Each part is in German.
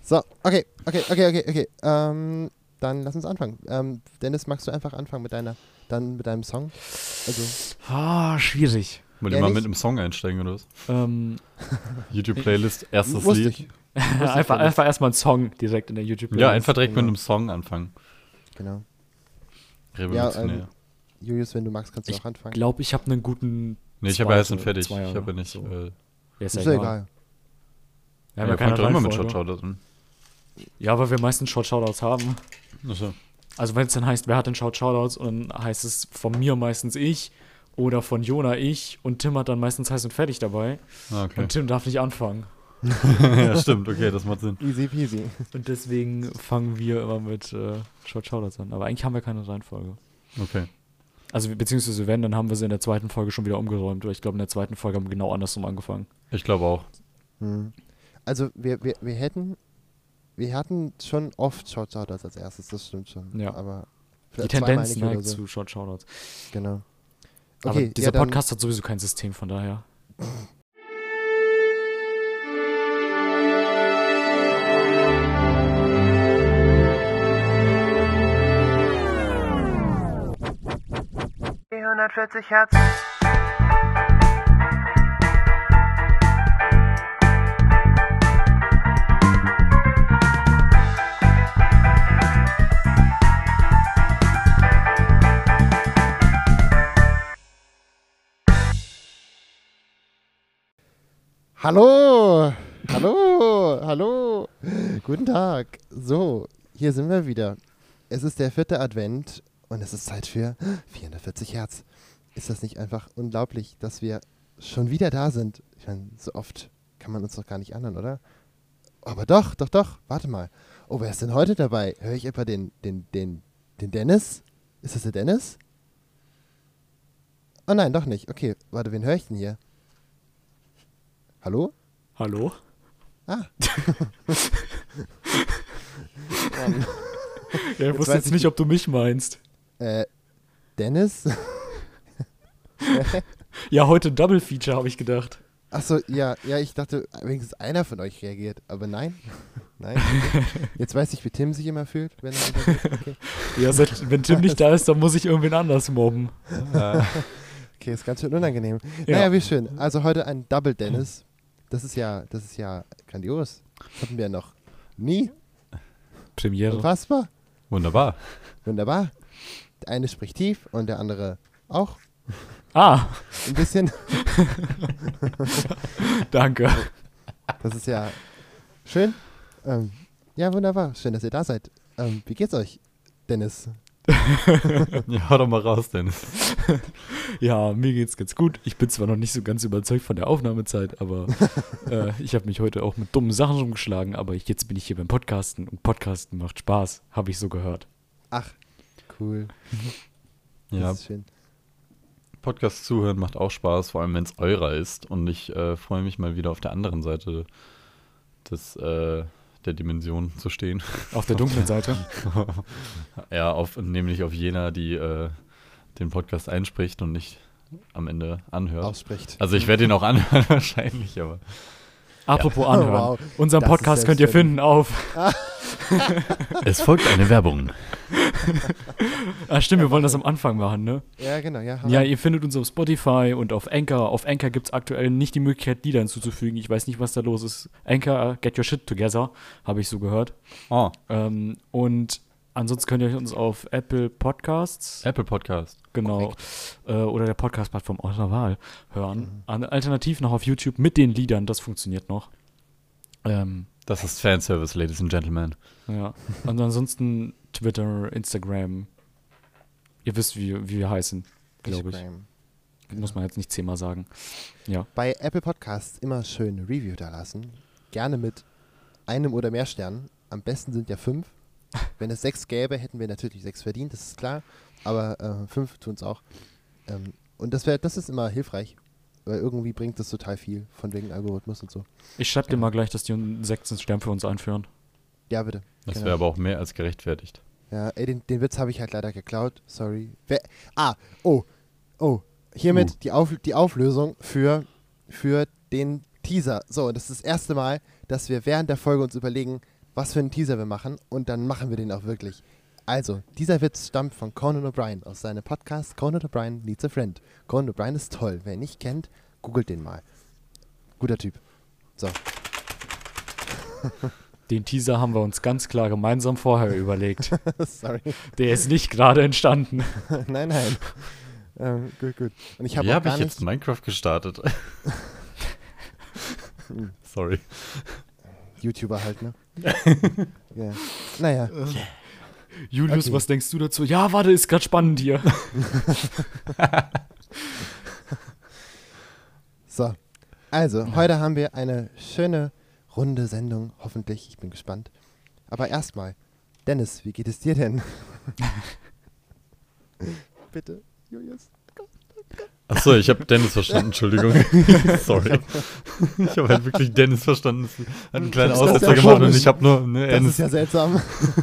So, okay. Dann lass uns anfangen. Dennis, magst du einfach anfangen mit deinem Song? Also, Schwierig. Wollt ihr mal mit einem Song einsteigen oder was? YouTube-Playlist, erstes Lied. Einfach erstmal einen Song direkt in der YouTube-Playlist. Ja, einfach direkt mit einem Song anfangen. Genau. Revolutionär. Ja, Julius, wenn du magst, kannst du auch anfangen. Ich glaube, ich habe einen guten. Nee, ich habe ja jetzt einen fertig. Zweier, Ich habe ja nicht. so. Ja, ist Ist ja ja egal. Ja, fangt doch immer mit Shot-Shoutouts an. Ja, weil wir meistens Shot-Shoutouts haben. Achso. Also wenn es dann heißt, wer hat denn Shout-Shoutouts, und dann heißt es von mir meistens ich oder von Jona ich, und Tim hat dann meistens heiß und fertig dabei. Okay. Und Tim darf nicht anfangen. Ja, stimmt, okay, das macht Sinn. Easy peasy. Und deswegen fangen wir immer mit Shout-Shoutouts an. Aber eigentlich haben wir keine Reihenfolge. Okay. Also beziehungsweise wenn, dann haben wir sie in der zweiten Folge schon wieder umgeräumt. Weil ich glaube, in der zweiten Folge haben wir genau andersrum angefangen. Ich glaube auch. Also wir hatten schon oft Shoutouts als erstes, das stimmt schon. Ja. Aber Die Tendenz neigt so. zu Shout-Shoutouts. Genau. Aber Okay, dieser Podcast hat sowieso kein System, von daher. Die 140 Hertz. Hallo! Guten Tag. So, hier sind wir wieder. Es ist der 4. Advent und es ist Zeit für 440 Hertz. Ist das nicht einfach unglaublich, dass wir schon wieder da sind? Ich meine, so oft kann man uns doch gar nicht anhören, oder? Aber doch. Warte mal. Oh, wer ist denn heute dabei? Höre ich etwa den Dennis? Ist das der Dennis? Oh nein, doch nicht. Okay, warte, wen höre ich denn hier? Hallo? Hallo? Ah. Ja, ich wusste jetzt nicht, ob du mich meinst. Dennis? Ja, heute Double Feature, habe ich gedacht. Achso, ja, ich dachte, wenigstens einer von euch reagiert, aber nein. Nein. Okay. Jetzt weiß ich, wie Tim sich immer fühlt, wenn er untergeht. Okay. Ja, wenn Tim nicht da ist, dann muss ich irgendwen anders mobben. Okay, ist ganz schön unangenehm. Ja. Naja, wie schön. Also heute ein Double Dennis. Das ist ja grandios. Das hatten wir ja noch nie. Premiere. Unfassbar. Wunderbar. Wunderbar. Der eine spricht tief und der andere auch. Ah, Ein bisschen. danke. Das ist ja schön. Ja, wunderbar. Schön, dass ihr da seid. Wie geht's euch, Dennis? Ja, hau doch mal raus, Dennis. Ja, mir geht's ganz gut. Ich bin zwar noch nicht so ganz überzeugt von der Aufnahmezeit, aber ich habe mich heute auch mit dummen Sachen rumgeschlagen, aber jetzt bin ich hier beim Podcasten und Podcasten macht Spaß, habe ich so gehört. Ach, cool. Ja, Das ist schön. Podcast zuhören macht auch Spaß, vor allem wenn es eurer ist. Und ich freue mich mal wieder auf der anderen Seite der Dimension zu stehen. Auf der dunklen Seite. Ja, nämlich auf jener, die den Podcast einspricht und nicht am Ende anhört. Ausspricht. Also ich werde ihn auch anhören wahrscheinlich, aber Apropos anhören. Oh, wow. Unseren Das Podcast ist könnt ihr selbstverständlich. finden auf. es folgt eine Werbung. Ah, stimmt, wir wollen das am Anfang machen, ne? Ja, genau. Ja, Ja, ihr findet uns auf Spotify und auf Anchor. Auf Anchor gibt es aktuell nicht die Möglichkeit, Lieder hinzuzufügen. Ich weiß nicht, was da los ist. Anchor, get your shit together, habe ich so gehört. Oh, Und ansonsten könnt ihr uns auf Apple Podcasts, Apple Podcast. genau, oder der Podcast-Plattform eurer Wahl hören. Alternativ noch auf YouTube mit den Liedern, das funktioniert noch. Das ist Fanservice, Ladies and Gentlemen. Ja. Und ansonsten Twitter, Instagram. Ihr wisst, wie wir heißen, glaube ich. Instagram. Muss man jetzt nicht 10-mal sagen. Ja. Bei Apple Podcasts immer schön eine Review da lassen. Gerne mit einem oder mehr Sternen. Am besten sind ja 5. Wenn es 6 gäbe, hätten wir natürlich 6 verdient, das ist klar. Aber 5 tun es auch. Und das ist immer hilfreich. Weil irgendwie bringt das total viel, von wegen Algorithmus und so. Ich schreibe dir mal gleich, dass die einen 6. Stern für uns einführen. Ja, bitte. Das Genau. wäre aber auch mehr als gerechtfertigt. Ja, ey, den Witz habe ich halt leider geklaut. Sorry. Hiermit die Auflösung für den Teaser. So, das ist das erste Mal, dass wir während der Folge uns überlegen, was für einen Teaser wir machen und dann machen wir den auch wirklich. Also, dieser Witz stammt von Conan O'Brien aus seinem Podcast Conan O'Brien Needs a Friend. Conan O'Brien ist toll. Wer ihn nicht kennt, googelt den mal. Guter Typ. So. Den Teaser haben wir uns ganz klar gemeinsam vorher überlegt. Sorry. Der ist nicht gerade entstanden. Nein. Gut. Und ich habe Wie auch habe gar ich jetzt nicht... Minecraft gestartet? Sorry. YouTuber halt, ne? Ja. Naja. Julius, Okay. was denkst du dazu? Ja, warte, ist gerade spannend hier. So. Also, heute haben wir eine schöne, runde Sendung. Hoffentlich. Ich bin gespannt. Aber erstmal, Dennis, wie geht es dir denn? Bitte, Julius. Achso, ich habe Dennis verstanden, Entschuldigung. Sorry. Ich habe halt wirklich Dennis verstanden. Es hat einen kleinen Das ist Aussetzer ja gemacht und komisch. ich habe nur... Ne, Das ist ja seltsam.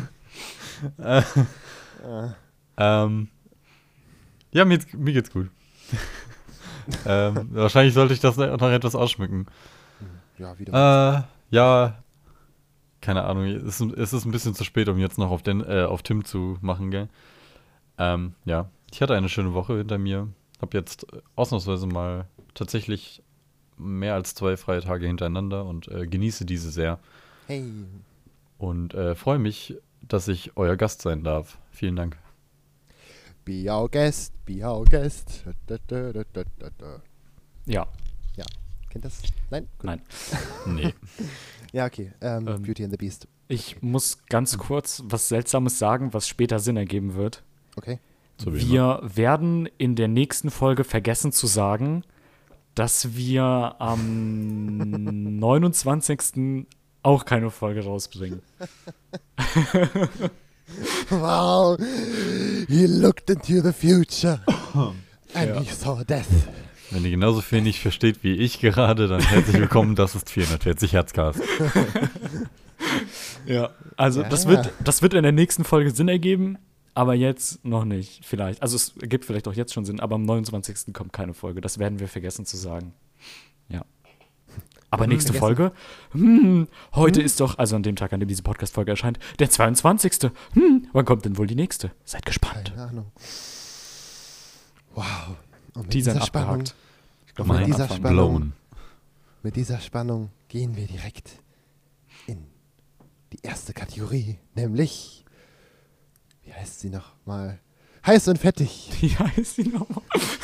Ja, mir geht's gut. Wahrscheinlich sollte ich das noch etwas ausschmücken. Ja, wieder. Ja, keine Ahnung. Es ist ein bisschen zu spät, um jetzt noch auf Tim zu machen, gell? Ja, ich hatte eine schöne Woche hinter mir. Hab jetzt ausnahmsweise mal tatsächlich mehr als 2 freie Tage hintereinander und genieße diese sehr. Hey. Und freue mich, dass ich euer Gast sein darf. Vielen Dank. Be our guest, be our guest. Da. Ja, Kennt das? Nein? Gut. nein. Nee. Ja, okay. Beauty and the Beast. Ich muss ganz kurz was Seltsames sagen, was später Sinn ergeben wird. Okay. So wie immer. Wir werden in der nächsten Folge vergessen zu sagen, dass wir am 29. auch keine Folge rausbringen. Wow. He looked into the future. And Ja. he saw death. Wenn ihr genauso viel nicht versteht wie ich gerade, dann herzlich willkommen. Das ist 440 Herzcast. Ja. Also Ja. das wird in der nächsten Folge Sinn ergeben, aber jetzt noch nicht. Vielleicht. Also es ergibt vielleicht auch jetzt schon Sinn, aber am 29. kommt keine Folge. Das werden wir vergessen zu sagen. Ja. Aber nächste vergessen. Folge? Heute ist doch, also an dem Tag, an dem diese Podcast-Folge erscheint, der 22. Wann kommt denn wohl die nächste? Seid gespannt. Keine Ahnung. Wow. Und mit Teasern dieser Spannung, abgehakt. Ich glaub, Mit wir können dieser anfangen. Spannung. Blown. mit dieser Spannung gehen wir direkt in die erste Kategorie, nämlich, wie heißt sie noch mal? Heiß und fettig. Wie heißt die nochmal?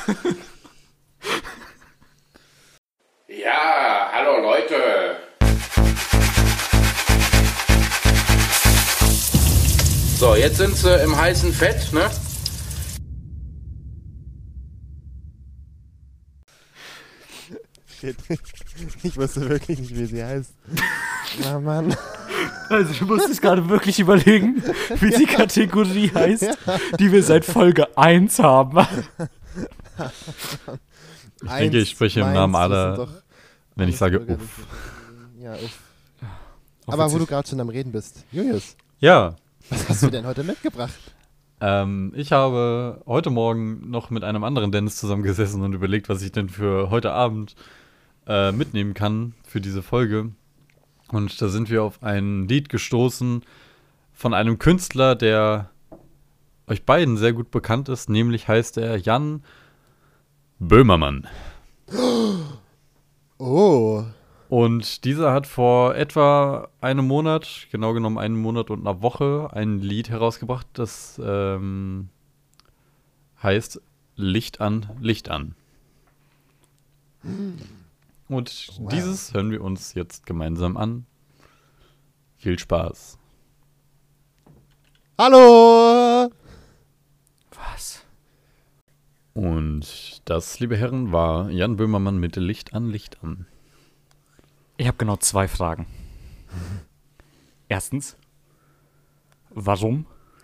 Ja, hallo Leute. So, jetzt sind sie im heißen Fett, ne? Shit. Ich wusste wirklich nicht, wie sie heißt. Na Mann. Also du musst es gerade wirklich überlegen, wie die Kategorie heißt, die wir seit Folge 1 haben. Ich denke, ich spreche im Namen aller, wenn ich sage Bürgerliche. uff. Ja, uff. Aber wo du gerade schon am Reden bist. Julius, Ja, was hast du denn heute mitgebracht? ich habe heute Morgen noch mit einem anderen Dennis zusammengesessen und überlegt, was ich denn für heute Abend mitnehmen kann für diese Folge. Und da sind wir auf ein Lied gestoßen von einem Künstler, der euch beiden sehr gut bekannt ist, nämlich heißt er Jan Böhmermann. Oh, Und dieser hat vor etwa einem Monat, genau genommen einen Monat und einer Woche, ein Lied herausgebracht, das heißt Licht an, Licht an. Und Wow. dieses hören wir uns jetzt gemeinsam an. Viel Spaß. hallo! Was? Und das, liebe Herren, war Jan Böhmermann mit Licht an, Licht an. Ich habe genau 2 Fragen. Erstens, warum?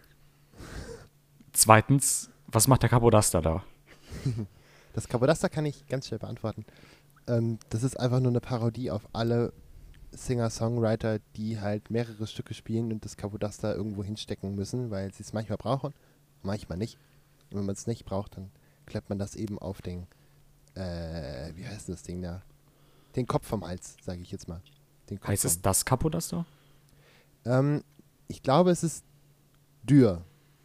Zweitens, was macht der Capodaster da? Das Kabodaster kann ich ganz schnell beantworten. Das ist einfach nur eine Parodie auf alle Singer-Songwriter, die halt mehrere Stücke spielen und das Kabodaster irgendwo hinstecken müssen, weil sie es manchmal brauchen, manchmal nicht. Und wenn man es nicht braucht, dann klappt man das eben auf den, wie heißt das Ding da? Den Kopf vom Hals, sage ich jetzt mal. Den Kopf Heißt es vom- das Capodaster? Ich glaube, es ist Dürr.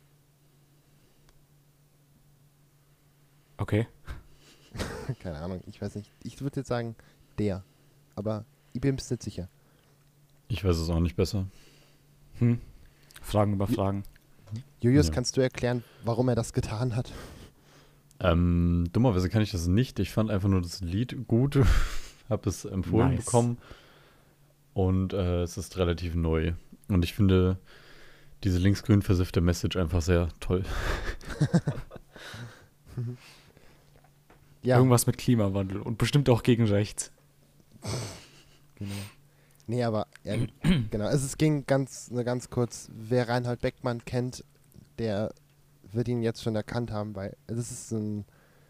Okay. Keine Ahnung, ich weiß nicht. Ich würde jetzt sagen, der. Aber ich bin mir nicht sicher. Ich weiß es auch nicht besser. Fragen über Fragen. Julius, Ja. kannst du erklären, warum er das getan hat? Dummerweise kann ich das nicht. Ich fand einfach nur das Lied gut. Habe es empfohlen Nice. bekommen. Und es ist relativ neu. Und ich finde diese linksgrün versiffte Message einfach sehr toll. Ja, Irgendwas mit Klimawandel und bestimmt auch gegen rechts. genau. Nee, aber genau. Es ging ganz kurz. Wer Reinhold Beckmann kennt, der wird ihn jetzt schon erkannt haben, weil das ist ein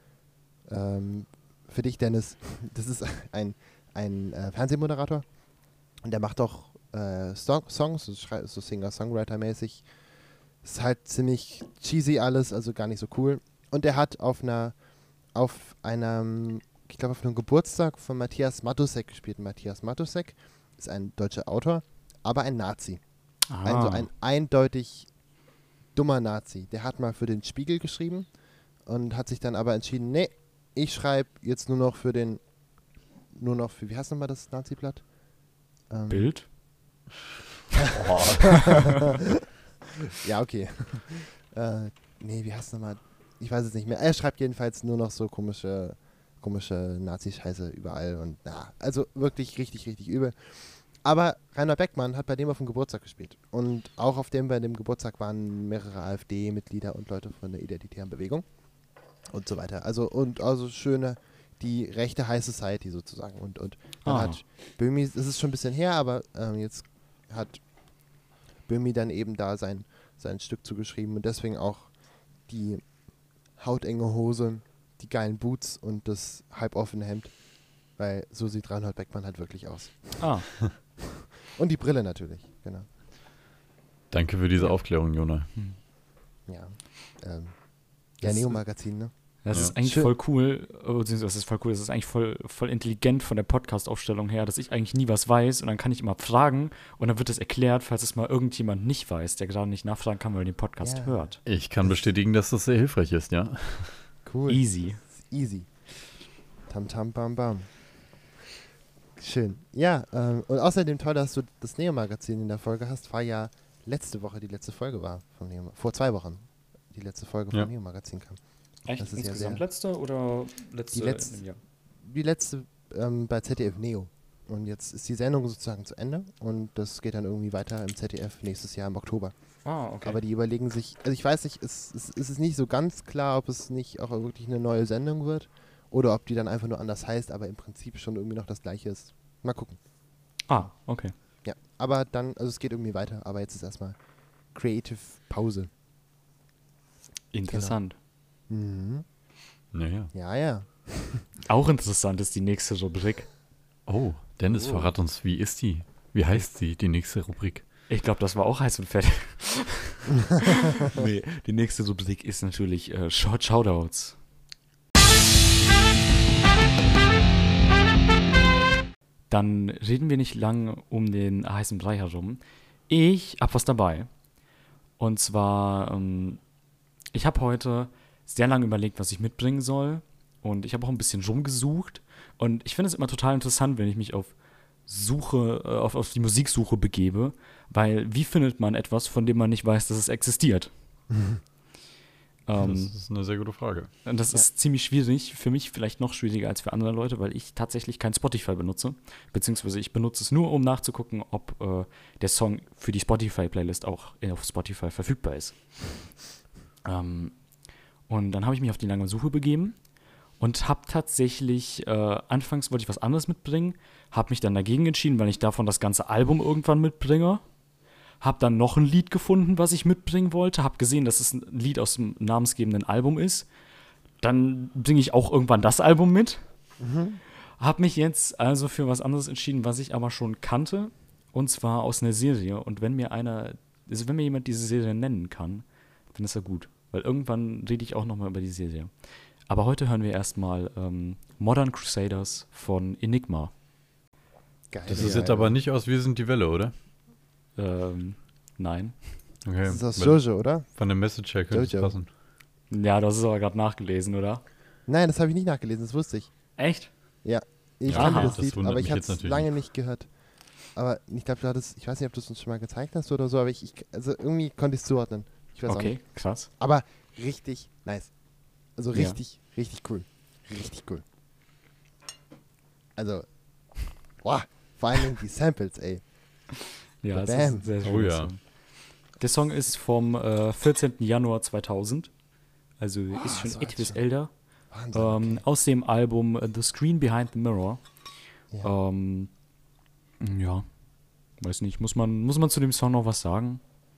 für dich, Dennis, das ist ein Fernsehmoderator und der macht auch Songs, so Singer-Songwriter-mäßig. Ist halt ziemlich cheesy alles, also gar nicht so cool. Und der hat auf einem Geburtstag von So gespielt. Matthias Matusek ist ein deutscher Autor, aber ein Nazi. Ein eindeutig dummer Nazi. Der hat mal für den Spiegel geschrieben und hat sich dann aber entschieden, nee, ich schreibe jetzt nur noch für, wie heißt nochmal das Nazi-Blatt? Bild? Ja, okay. Nee, wie heißt es nochmal? Ich weiß es nicht mehr. Er schreibt jedenfalls nur noch so komische Nazi-Scheiße überall und also wirklich richtig, richtig übel. Aber Rainer Beckmann hat bei dem auf dem Geburtstag gespielt. Und auch bei dem Geburtstag waren mehrere AfD-Mitglieder und Leute von der Identitären Bewegung und so weiter. Also schöne, die rechte High Society sozusagen. Und dann hat Böhmi, das ist schon ein bisschen her, aber jetzt hat Böhmi dann eben da sein Stück zugeschrieben und deswegen auch die hautenge Hose, die geilen Boots und das halboffene Hemd, weil so sieht Reinhold Beckmann halt wirklich aus. Und die Brille natürlich, genau. Danke für diese Aufklärung, Jona. Ja, Das- Neo-Magazin, ne? Das Ja. ist eigentlich Schön. voll cool, beziehungsweise das ist voll cool, das ist eigentlich voll intelligent von der Podcast-Aufstellung her, dass ich eigentlich nie was weiß und dann kann ich immer fragen und dann wird das erklärt, falls es mal irgendjemand nicht weiß, der gerade nicht nachfragen kann, weil er den Podcast Ja. hört. Ich kann bestätigen, dass das sehr hilfreich ist, ja. Cool. Easy. Easy. Tam tam bam bam. Schön. Ja, und außerdem toll, dass du das Neo-Magazin in der Folge hast, war ja letzte Woche die letzte Folge war vom Neo, vor 2 Wochen die letzte Folge vom Ja. Neo-Magazin kam. Echt? Das ist ja Insgesamt sehr- letzte oder letzte? Die letzte. in dem Jahr? Die letzte bei ZDF Neo. Und jetzt ist die Sendung sozusagen zu Ende und das geht dann irgendwie weiter im ZDF nächstes Jahr im Oktober. Okay. Aber die überlegen sich, also ich weiß nicht, es ist nicht so ganz klar, ob es nicht auch wirklich eine neue Sendung wird oder ob die dann einfach nur anders heißt, aber im Prinzip schon irgendwie noch das gleiche ist. Mal gucken. Okay. Ja, aber dann, also es geht irgendwie weiter, aber jetzt ist erstmal Creative Pause. Interessant. Mhm. Naja. Ja. Auch interessant ist die nächste Rubrik. Oh, Dennis, verrat uns, wie ist die? Wie heißt sie, die nächste Rubrik? Ich glaube, das war auch heiß und fett. Nee, die nächste Rubrik ist natürlich Shoutouts. Dann reden wir nicht lang um den heißen Brei herum. Ich hab was dabei. Und zwar, ich habe heute sehr lange überlegt, was ich mitbringen soll. Und ich habe auch ein bisschen rumgesucht. Und ich finde es immer total interessant, wenn ich mich auf die Musiksuche begebe. Weil wie findet man etwas, von dem man nicht weiß, dass es existiert? Das ist eine sehr gute Frage. Und das ist ziemlich schwierig, für mich vielleicht noch schwieriger als für andere Leute, weil ich tatsächlich kein Spotify benutze. Beziehungsweise ich benutze es nur, um nachzugucken, ob der Song für die Spotify-Playlist auch auf Spotify verfügbar ist. Und dann habe ich mich auf die lange Suche begeben und habe tatsächlich, anfangs wollte ich was anderes mitbringen, habe mich dann dagegen entschieden, weil ich davon das ganze Album irgendwann mitbringe. Habe dann noch ein Lied gefunden, was ich mitbringen wollte. Habe gesehen, dass es ein Lied aus dem namensgebenden Album ist. Dann bringe ich auch irgendwann das Album mit. Habe mich jetzt also für was anderes entschieden, was ich aber schon kannte. Und zwar aus einer Serie. Und wenn mir jemand diese Serie nennen kann, dann ist er gut. Weil irgendwann rede ich auch nochmal über die Serie. Aber heute hören wir erstmal Modern Crusaders von Enigma. Geil. Das ist jetzt aber nicht aus Wir sind die Welle, oder? Nein. Okay. Das ist aus Jojo, oder? Von der Message her könnte es Jojo. passen. Ja, das ist aber gerade nachgelesen, oder? Nein, das habe ich nicht nachgelesen, das wusste ich. Echt? Ich Ja, kannte aha, das das Lied, wundert aber mich ich habe jetzt es natürlich lange nicht gehört. Aber ich glaube, ich weiß nicht, ob du es uns schon mal gezeigt hast oder so, aber also irgendwie konnte ich es zuordnen. Ich weiß auch Okay, nicht. krass. Aber richtig nice. Also Ja. richtig cool. Richtig cool. Also, boah, vor allen Dingen die Samples, ey. Ja, es Bam. ist ein sehr Oh schöner ja. Song. Der Song ist vom 14. Januar 2000. Also ist schon so alt etwas schon. älter. Wahnsinn. Aus dem Album The Screen Behind the Mirror. Ja. Ja, weiß nicht. Muss man zu dem Song noch was sagen?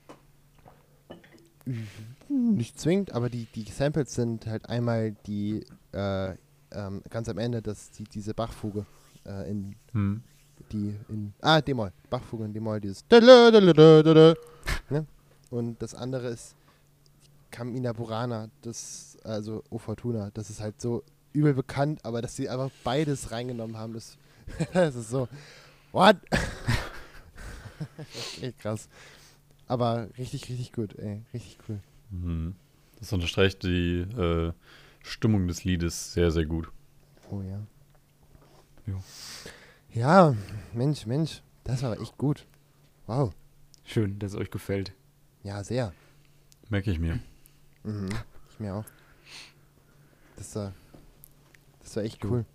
Nicht zwingend, aber die Samples sind halt einmal die, ganz am Ende, diese Bachfuge in D-Moll. Bachfuge in D-Moll, dieses ne? Und das andere ist Carmina Burana, also O Fortuna. Das ist halt so übel bekannt, aber dass sie einfach beides reingenommen haben, das ist so, what? Das ist echt krass. Aber richtig gut, ey. Richtig cool. Mhm. Das unterstreicht die Stimmung des Liedes sehr, sehr gut. Oh ja. Jo. Ja, Mensch, das war echt gut. Wow. Schön, dass es euch gefällt. Ja, sehr. Merke ich mir. Mhm. Ich mir auch. Das war echt cool.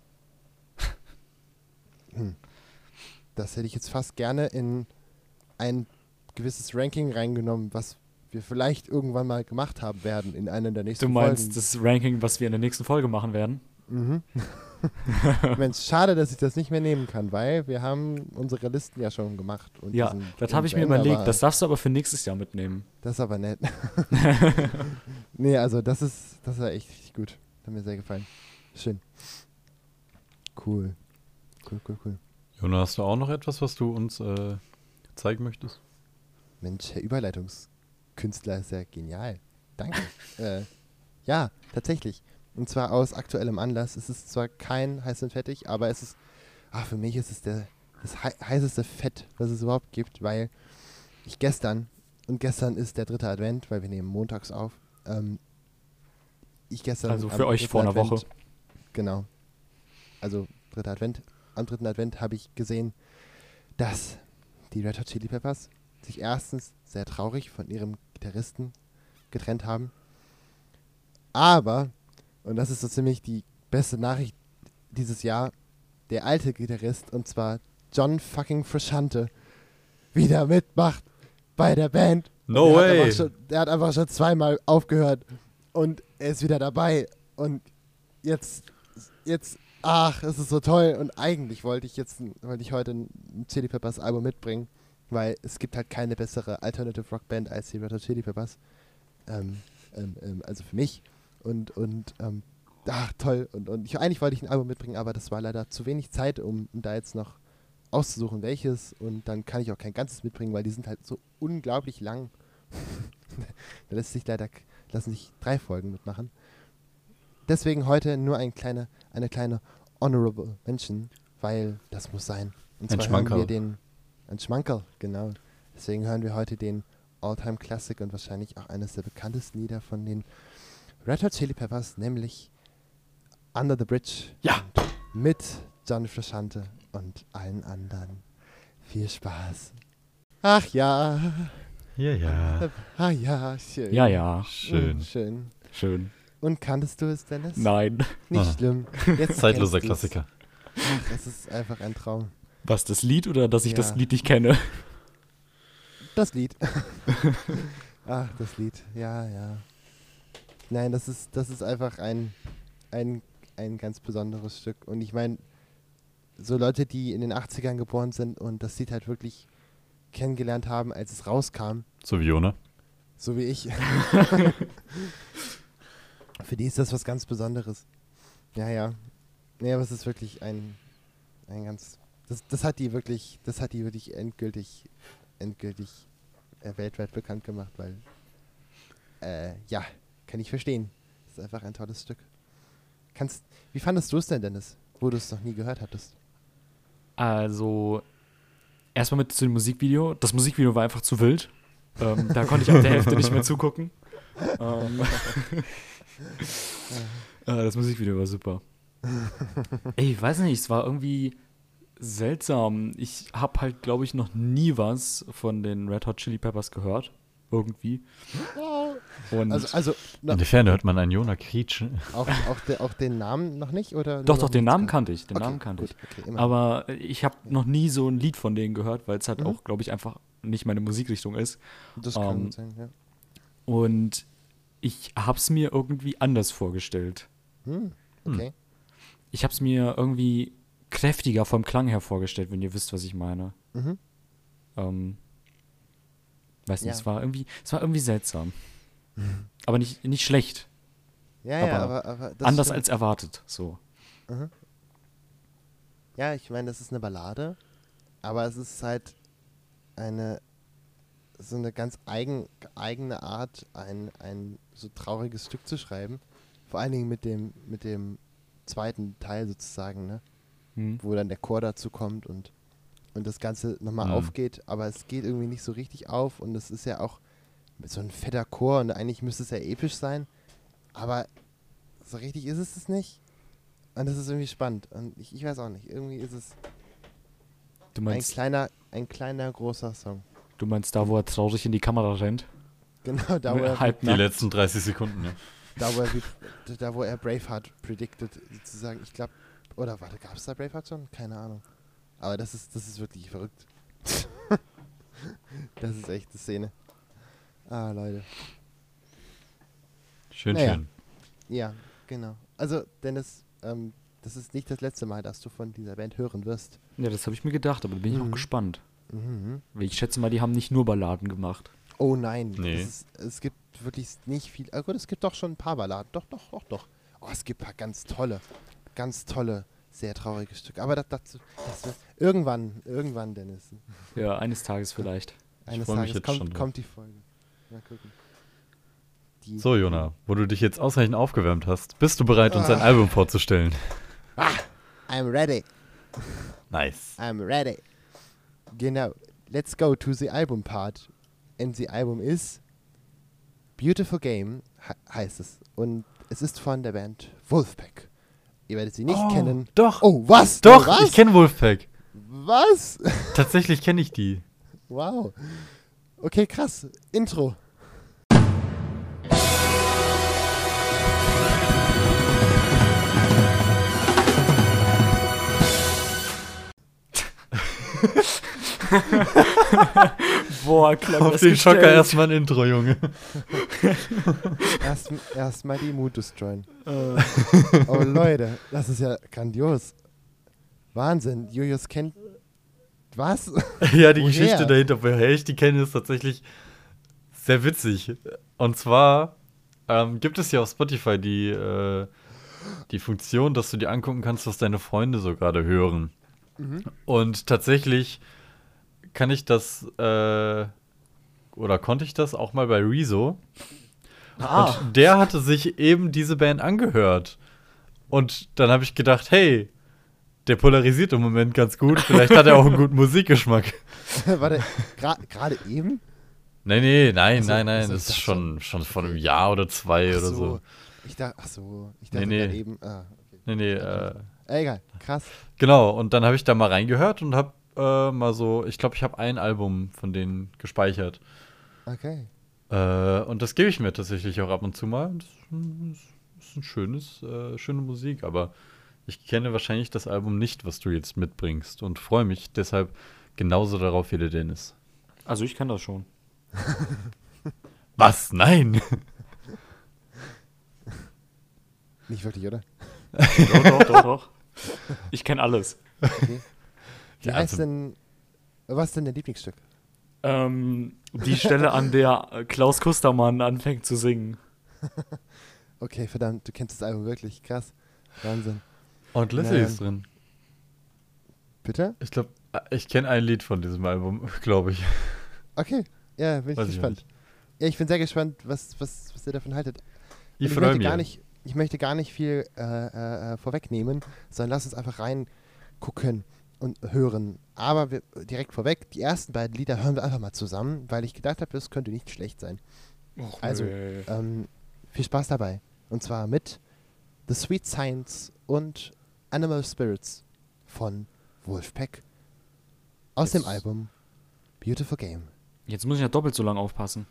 Das hätte ich jetzt fast gerne in ein gewisses Ranking reingenommen, was wir vielleicht irgendwann mal gemacht haben werden in einer der nächsten Du meinst Folgen. das Ranking, was wir in der nächsten Folge machen werden? Mhm. Mensch, schade, dass ich das nicht mehr nehmen kann, weil wir haben unsere Listen ja schon gemacht. Und Ja, die sind das habe ich mir zu Ende, überlegt. aber Das darfst du aber für nächstes Jahr mitnehmen. das ist aber nett. Nee, also das war echt richtig gut. Hat mir sehr gefallen. Schön. Cool. Jona, hast du auch noch etwas, was du uns zeigen möchtest? Mensch, Herr Überleitungskünstler ist ja genial. Danke. Ja, tatsächlich. Und zwar aus aktuellem Anlass. Es ist zwar kein heiß und fettig, aber es ist, für mich ist es das heißeste Fett, was es überhaupt gibt, weil gestern ist der 3. Advent, weil wir nehmen montags auf. Also für euch vor einer Woche. Genau. Also 3. Advent. Am 3. Advent habe ich gesehen, dass die Red Hot Chili Peppers sich erstens sehr traurig von ihrem Gitarristen getrennt haben. Aber, und das ist so ziemlich die beste Nachricht dieses Jahr, der alte Gitarrist, und zwar John fucking Frusciante, wieder mitmacht bei der Band. No way! Der hat einfach schon zweimal aufgehört und er ist wieder dabei. Und jetzt, ach, es ist so toll. Und eigentlich wollte ich heute ein Chili Peppers Album mitbringen, weil es gibt halt keine bessere Alternative Rock Band als die Red Hot Chili Peppers. Also für mich. Und toll. Und eigentlich wollte ich ein Album mitbringen, aber das war leider zu wenig Zeit, um da jetzt noch auszusuchen, welches. Und dann kann ich auch kein ganzes mitbringen, weil die sind halt so unglaublich lang. Da lassen sich 3 Folgen mitmachen. Deswegen heute nur eine kleine Honorable Mention, weil das muss sein. Und Ein zwar hören Schmankerl. wir ein Schmankerl, genau. Deswegen hören wir heute den All-Time Classic und wahrscheinlich auch eines der bekanntesten Lieder von den Red Hot Chili Peppers, nämlich Under the Bridge. Ja. Und mit John Frusciante und allen anderen. Viel Spaß. Ach ja. Ja. Ah ja, schön. Ja. Schön. Schön. Schön. Und kanntest du es, Dennis? Nein. Nicht Ah. schlimm. Jetzt Zeitloser kennst du's. Klassiker. Ach, es ist einfach ein Traum. Was, das Lied oder dass ich Ja. das Lied nicht kenne? Das Lied. Ach, das Lied. Ja. Nein, das ist einfach ein ganz besonderes Stück. Und ich meine, so Leute, die in den 80ern geboren sind und das Lied halt wirklich kennengelernt haben, als es rauskam, So wie Jona. so wie ich. Für die ist das was ganz Besonderes. Ja. Nee, aber es ist wirklich ein ganz... Das hat die wirklich endgültig weltweit bekannt gemacht, weil ja, kann ich verstehen. Das ist einfach ein tolles Stück. Wie fandest du es denn, Dennis, wo du es noch nie gehört hattest? Also, erstmal mit zu dem Musikvideo. Das Musikvideo war einfach zu wild. Da konnte ich ab der Hälfte nicht mehr zugucken. Das Musikvideo war super. Ey, ich weiß nicht, es war irgendwie seltsam. Ich habe halt, glaube ich, noch nie was von den Red Hot Chili Peppers gehört. Irgendwie. Und Also In der Ferne hört man einen Jona quietschen. auch den Namen noch nicht? Oder doch, nur noch den Namen Lieds kannte ich. Den Okay, Namen kannte gut, ich. okay, immerhin. Aber ich habe noch nie so ein Lied von denen gehört, weil es halt auch, glaube ich, einfach nicht meine Musikrichtung ist. Das kann gut sein, ja. Und ich habe es mir irgendwie anders vorgestellt. Okay. Ich habe es mir irgendwie kräftiger vom Klang her vorgestellt, wenn ihr wisst, was ich meine. Weiß nicht, Ja. es war irgendwie seltsam. Aber nicht schlecht. Ja, Aber aber das Anders stimmt. als erwartet. So. Ja, ich meine, das ist eine Ballade, aber es ist halt so eine ganz eigene Art, ein so trauriges Stück zu schreiben. Vor allen Dingen mit dem zweiten Teil sozusagen, ne? Wo dann der Chor dazu kommt und das Ganze nochmal aufgeht, aber es geht irgendwie nicht so richtig auf und es ist ja auch mit so ein fetter Chor und eigentlich müsste es ja episch sein, aber so richtig ist es nicht. Und das ist irgendwie spannend. Und ich weiß auch nicht. Irgendwie ist es Du ein kleiner, großer Song. du meinst da, wo er traurig in die Kamera rennt? Genau, da wo er, Halb Die nackt. letzten 30 Sekunden, ja. da, wo er Braveheart predicted, sozusagen. Ich glaube, oder warte, gab es da Braveheart schon? Keine Ahnung. Aber das ist wirklich verrückt. Das ist echt eine Szene. Ah, Leute. Schön, Naja. schön. Ja, genau. Also, Dennis, das ist nicht das letzte Mal, dass du von dieser Band hören wirst. Ja, das habe ich mir gedacht, aber da bin ich auch gespannt. Mhm. Weil ich schätze mal, die haben nicht nur Balladen gemacht. Oh nein, Nee. es gibt wirklich nicht viel. Ah, gut, es gibt doch schon ein paar Balladen. Doch. Oh, es gibt ein paar ganz tolle, sehr traurige Stücke. Aber das irgendwann, Dennis. Ja, eines Tages vielleicht. Eines freu mich Tages jetzt schon drauf. kommt die Folge. Mal gucken. So, Jona, wo du dich jetzt ausreichend aufgewärmt hast, bist du bereit, uns ein Album vorzustellen? I'm ready. Nice. I'm ready. Genau. Let's go to the album part. And the album is Beautiful Game, heißt es. Und es ist von der Band Wolfpack. Ihr werdet sie nicht kennen. Doch. Oh, was? Doch, was? ich kenne Wolfpack. Was? Tatsächlich kenne ich die. Wow. Okay, krass. Intro. Boah, klar. Auf den Schocker erstmal ein Intro, Junge. Erstmal die Mood destroyen. Oh Leute, das ist ja grandios. Wahnsinn. Julius kennt... Was? Ja, die Woher? Geschichte dahinter, woher ich die kenne, ist tatsächlich sehr witzig. Und zwar gibt es ja auf Spotify die Funktion, dass du dir angucken kannst, was deine Freunde so gerade hören. Und tatsächlich kann ich das oder konnte ich das auch mal bei Rezo. Und der hatte sich eben diese Band angehört. Und dann habe ich gedacht, hey, der polarisiert im Moment ganz gut. Vielleicht hat er auch einen guten Musikgeschmack. Warte, gerade eben? Nein. Also, Das ich ist dachte schon vor einem Jahr oder zwei oder so. Ich dachte Nee. gerade eben. Okay. Nee. Egal, krass. Genau, und dann habe ich da mal reingehört und habe mal so, ich glaube, ich habe ein Album von denen gespeichert. Okay. Und das gebe ich mir tatsächlich auch ab und zu mal. Das ist ein schöne Musik, aber ich kenne wahrscheinlich das Album nicht, was du jetzt mitbringst und freue mich deshalb genauso darauf wie der Dennis. Also ich kenne das schon. Was? Nein! Nicht wirklich, oder? Doch. Ich kenne alles. Okay. Wie Ja, heißt also- denn... Was ist denn dein Lieblingsstück? Die Stelle, an der Klaus Kustermann anfängt zu singen. Okay, verdammt, du kennst das Album wirklich. Krass. Wahnsinn. Und Leslie Nein. ist drin. Bitte? Ich glaube, ich kenne ein Lied von diesem Album, glaube ich. Okay. Ja, bin ich Weiß ich gespannt. Ja, ich bin sehr gespannt, was ihr davon haltet. Und Ich freue mich. Ich möchte gar nicht viel vorwegnehmen, sondern lass uns einfach reingucken. und hören. Aber direkt vorweg, die ersten beiden Lieder hören wir einfach mal zusammen, weil ich gedacht habe, das könnte nicht schlecht sein. Also, viel Spaß dabei. Und zwar mit The Sweet Science und Animal Spirits von Wolfpack aus dem Album Beautiful Game. Jetzt muss ich ja doppelt so lang aufpassen.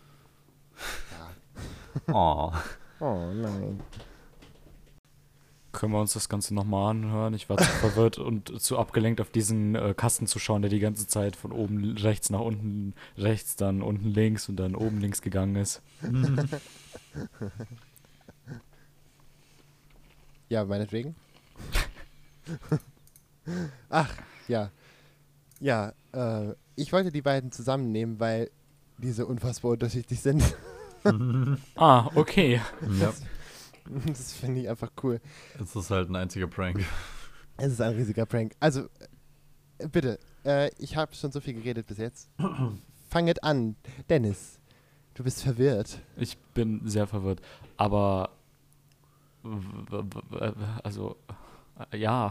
Oh. Oh nein. Können wir uns das Ganze nochmal anhören? Ich war zu verwirrt und zu abgelenkt, auf diesen Kasten zu schauen, der die ganze Zeit von oben rechts nach unten rechts, dann unten links und dann oben links gegangen ist. Ja, meinetwegen. Ach, ja. Ja, ich wollte die beiden zusammennehmen, weil diese unfassbar unterschiedlich sind. Ah, okay. Ja, Das finde ich einfach cool. es ist halt ein einziger Prank. Es ist ein riesiger Prank. Also, bitte, ich habe schon so viel geredet bis jetzt. Fanget an. Dennis, du bist verwirrt. Ich bin sehr verwirrt. Aber, also, ja.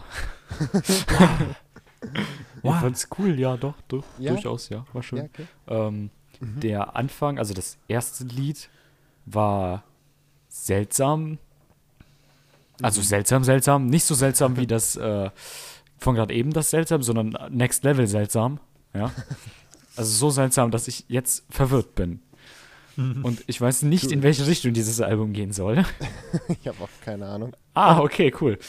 Ich fand's cool, ja, doch, Ja? durchaus, ja, war schön. Ja, okay. Der Anfang, also das erste Lied, war seltsam. Also seltsam. Nicht so seltsam wie das von gerade eben das seltsam, sondern Next Level seltsam. Ja. Also so seltsam, dass ich jetzt verwirrt bin. Und ich weiß nicht, in welche Richtung dieses Album gehen soll. Ich habe auch keine Ahnung. Ah, okay, cool.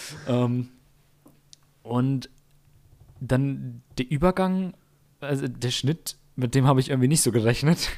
Und dann der Übergang, also der Schnitt, mit dem habe ich irgendwie nicht so gerechnet.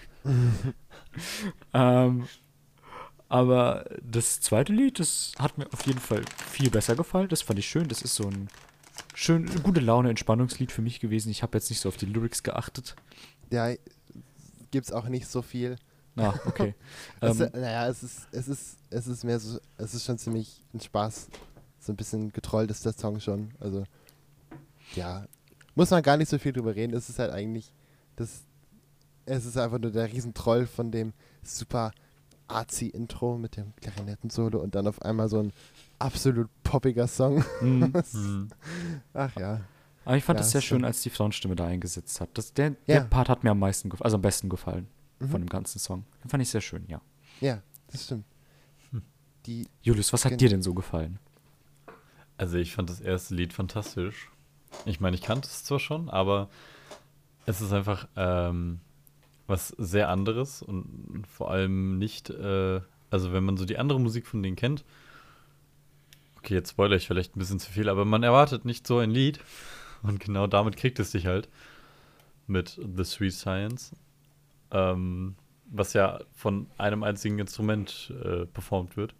Aber das zweite Lied, das hat mir auf jeden Fall viel besser gefallen. Das fand ich schön. Das ist so ein gute Laune Entspannungslied für mich gewesen. Ich habe jetzt nicht so auf die Lyrics geachtet. Ja, gibt's auch nicht so viel. Ah, okay. Naja, es ist mehr so, es ist schon ziemlich ein Spaß. So ein bisschen getrollt ist der Song schon. Also, ja, muss man gar nicht so viel drüber reden. Es ist halt eigentlich, es ist einfach nur der Riesentroll von dem super artsy Intro mit dem Klarinettensolo und dann auf einmal so ein absolut poppiger Song. Ach ja. Aber ich fand Ja, es sehr ist schön, schon- als die Frauenstimme da eingesetzt hat. Der Ja. Part hat mir am meisten, also am besten gefallen von dem ganzen Song. Den fand ich sehr schön, ja. Ja, das stimmt. Die, Julius, was hat Gen- dir denn so gefallen? Also ich fand das erste Lied fantastisch. Ich meine, ich kannte es zwar schon, aber es ist einfach was sehr anderes und vor allem nicht, also wenn man so die andere Musik von denen kennt, okay, jetzt spoilere ich vielleicht ein bisschen zu viel, aber man erwartet nicht so ein Lied und genau damit kriegt es dich halt mit The Sweet Science, was ja von einem einzigen Instrument performt wird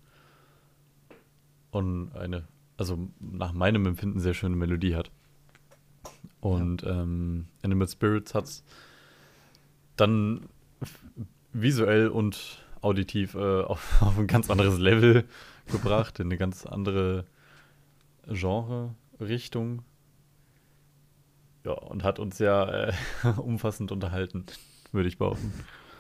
und also nach meinem Empfinden sehr schöne Melodie hat. Und Animal Spirits hat es dann visuell und auditiv auf ein ganz anderes Level gebracht, in eine ganz andere Genre-Richtung. Ja, und hat uns ja umfassend unterhalten, würde ich behaupten.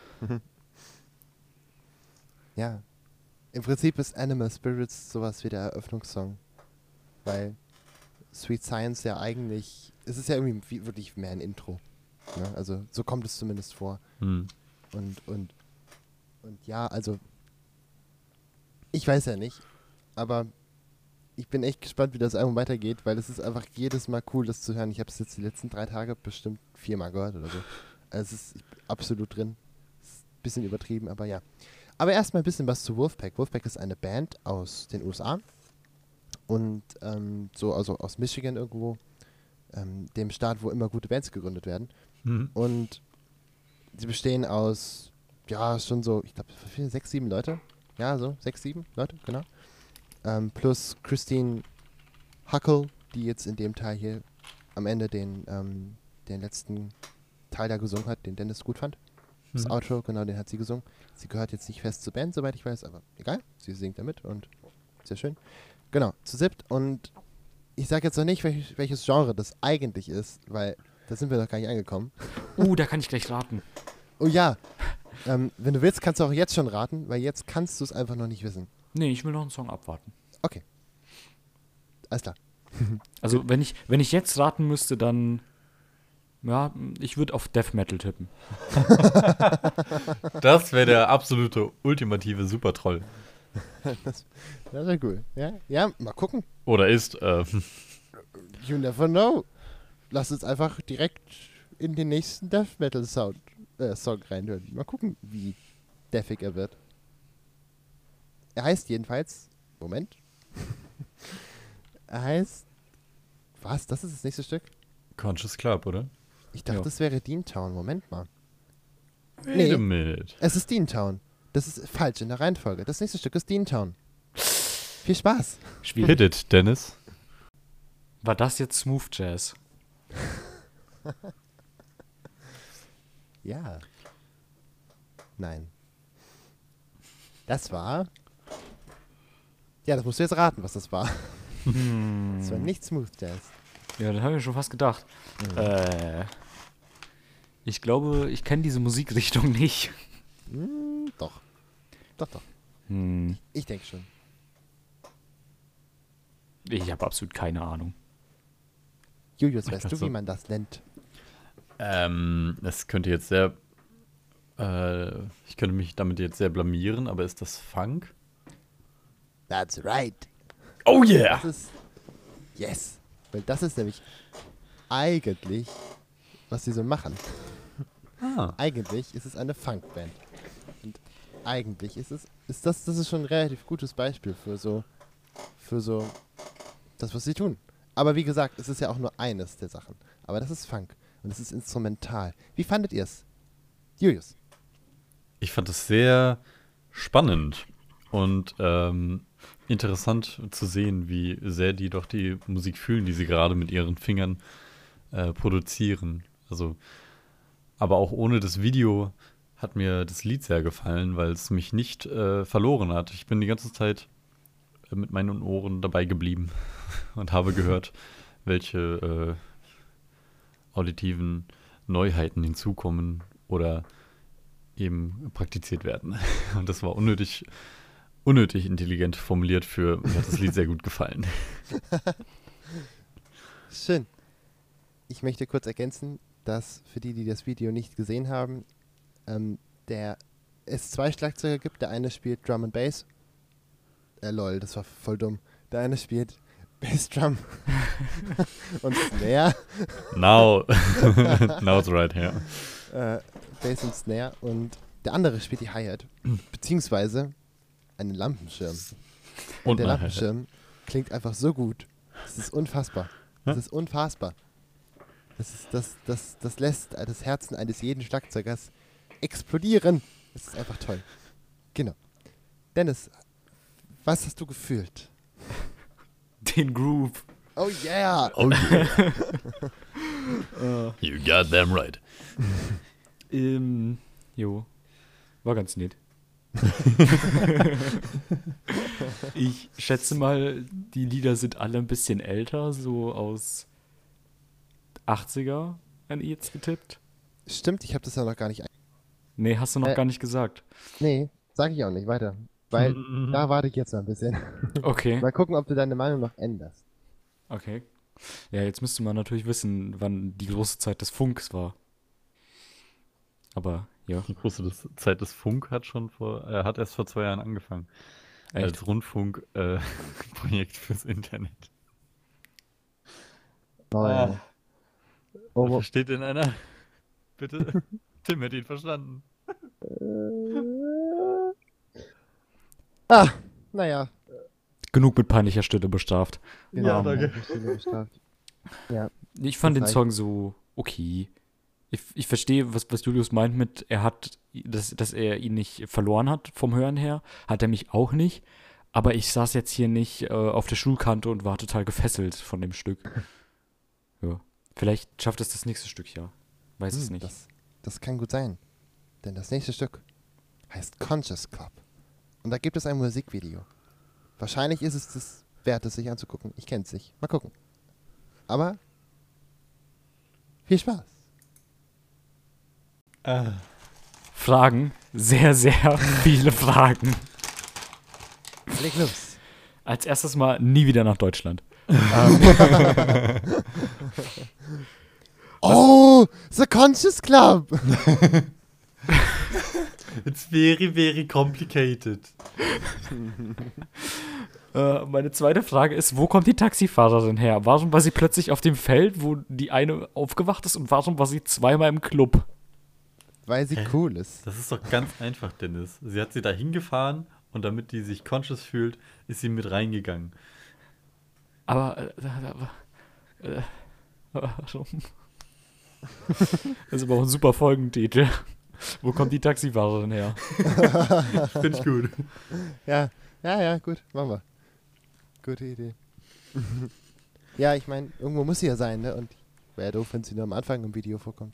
ja. Im Prinzip ist Animal Spirits sowas wie der Eröffnungssong. Weil Sweet Science ja eigentlich, es ist ja irgendwie wirklich mehr ein Intro. Ne? Also so kommt es zumindest vor. Hm. Und ja, also ich weiß ja nicht, aber ich bin echt gespannt, wie das Album weitergeht, weil es ist einfach jedes Mal cool, das zu hören. Ich habe es jetzt die letzten 3 Tage bestimmt 4-mal gehört oder so. Also es ist absolut drin. Ist ein bisschen übertrieben, aber ja. Aber erstmal ein bisschen was zu Wolfpack. Wolfpack ist eine Band aus den USA und also aus Michigan irgendwo, dem Staat, wo immer gute Bands gegründet werden. Mhm. Und sie bestehen aus, ja, schon so, ich glaube, 6, 7 Leute. Ja, so 6, 7 Leute, genau. Plus Christine Huckel, die jetzt in dem Teil hier am Ende den letzten Teil da gesungen hat, den Dennis gut fand. Das Outro, genau, den hat sie gesungen. Sie gehört jetzt nicht fest zur Band, soweit ich weiß, aber egal. Sie singt da mit und sehr schön. Genau, zu 7. Und ich sage jetzt noch nicht, welches Genre das eigentlich ist, weil da sind wir noch gar nicht angekommen. Da kann ich gleich raten. Oh ja, wenn du willst, kannst du auch jetzt schon raten, weil jetzt kannst du es einfach noch nicht wissen. Nee, ich will noch einen Song abwarten. Okay. Alles klar. Also, wenn ich jetzt raten müsste, dann, ja, ich würde auf Death Metal tippen. Das wäre der absolute ultimative Supertroll. Das wäre cool. Ja, mal gucken. Oder ist, You never know. Lass uns einfach direkt in den nächsten Death Metal Song reinhören. Mal gucken, wie deathig er wird. Er heißt jedenfalls, Moment. Er heißt, was? Das ist das nächste Stück? Conscious Club, oder? Ich dachte, Ja. das wäre Deantown. Moment mal. Wait a minute. Es ist Deantown. Das ist falsch in der Reihenfolge. Das nächste Stück ist Deantown. Viel Spaß. Schwierig. Hit it, Dennis. War das jetzt Smooth Jazz? Ja. Nein. Das war... Ja, das musst du jetzt raten, was das war. Das war nicht Smooth Jazz. Ja, das habe ich mir schon fast gedacht. Ich glaube, ich kenne diese Musikrichtung nicht. Doch. Doch. Hm, Ich denke schon. ich habe absolut keine Ahnung. Julius, Ich weißt glaub du, so. wie man das nennt? Das könnte jetzt sehr, ich könnte mich damit jetzt sehr blamieren, aber ist das Funk? That's right. Oh yeah! Das ist... Yes. Weil das ist nämlich eigentlich, was sie so machen. Ah. Eigentlich ist es eine Funkband. Und eigentlich ist das ist schon ein relativ gutes Beispiel für so das, was sie tun. Aber wie gesagt, es ist ja auch nur eines der Sachen. Aber das ist Funk und es ist instrumental. Wie fandet ihr es? Julius. Ich fand es sehr spannend und interessant zu sehen, wie sehr die doch die Musik fühlen, die sie gerade mit ihren Fingern produzieren. Also, aber auch ohne das Video hat mir das Lied sehr gefallen, weil es mich nicht verloren hat. Ich bin die ganze Zeit mit meinen Ohren dabei geblieben und habe gehört, welche auditiven Neuheiten hinzukommen oder eben praktiziert werden. Und das war unnötig intelligent formuliert mir hat das Lied sehr gut gefallen. Schön. Ich möchte kurz ergänzen, dass für die das Video nicht gesehen haben, es zwei Schlagzeuger gibt. Der eine spielt Drum and Bass. Lol, das war voll dumm. Der eine spielt Bassdrum und Snare. Now it's right here. Bass und Snare. Und der andere spielt die Hi-Hat. Beziehungsweise einen Lampenschirm. Und der eine Lampenschirm klingt einfach so gut. Das ist unfassbar. Das ist unfassbar. Das lässt das Herzen eines jeden Schlagzeugers explodieren. Das ist einfach toll. Genau. Dennis, was hast du gefühlt? Den Groove. Oh yeah! Oh yeah. You got them right. Jo. War ganz nett. Ich schätze mal, die Lieder sind alle ein bisschen älter, so aus 80er, hätte ich jetzt getippt. Stimmt, ich habe das ja noch gar nicht... Nee, hast du noch gar nicht gesagt. Nee, sag ich auch nicht, weiter. Weil da warte ich jetzt noch ein bisschen. Okay, Mal gucken, ob du deine Meinung noch änderst. okay. Ja, jetzt müsste man natürlich wissen, wann die große Zeit des Funks war. Aber, ja. Die große Zeit des Funk hat erst vor 2 Jahren angefangen. Echt? Als Rundfunkprojekt fürs Internet. Oh, ja. Oh, Was steht in einer? Bitte? Tim hätte ihn verstanden. naja. Genug mit peinlicher Stille bestraft. Genau. Ja, danke. Stille bestraft. Ja. Ich fand Das den reicht. Song so okay. Ich verstehe, was Julius meint mit, dass er ihn nicht verloren hat vom Hören her. Hat er mich auch nicht. Aber ich saß jetzt hier nicht auf der Schulkante und war total gefesselt von dem Stück. Ja. Vielleicht schafft es das nächste Stück ja. Weiß es nicht. Das kann gut sein. Denn das nächste Stück heißt Conscious Club. Und da gibt es ein Musikvideo. Wahrscheinlich ist es das wert, es sich anzugucken. Ich kenne es nicht. Mal gucken. Aber viel Spaß. Fragen. Sehr, sehr viele Fragen. Leg los. Als erstes mal nie wieder nach Deutschland. Oh, The Conscious Club. It's very, very complicated. Meine zweite Frage ist, wo kommt die Taxifahrerin her? Warum war sie plötzlich auf dem Feld, wo die eine aufgewacht ist, und warum war sie zweimal im Club? Weil sie cool ist. Das ist doch ganz einfach, Dennis. Sie hat sie da hingefahren und damit die sich conscious fühlt, ist sie mit reingegangen. Aber, warum? Das ist aber auch ein super Folgentitel. Wo kommt die Taxifahrerin her? Finde ich gut. Ja, gut, machen wir. Gute Idee. Ja, ich meine, irgendwo muss sie ja sein, ne? Und wäre doof, wenn sie nur am Anfang im Video vorkommt.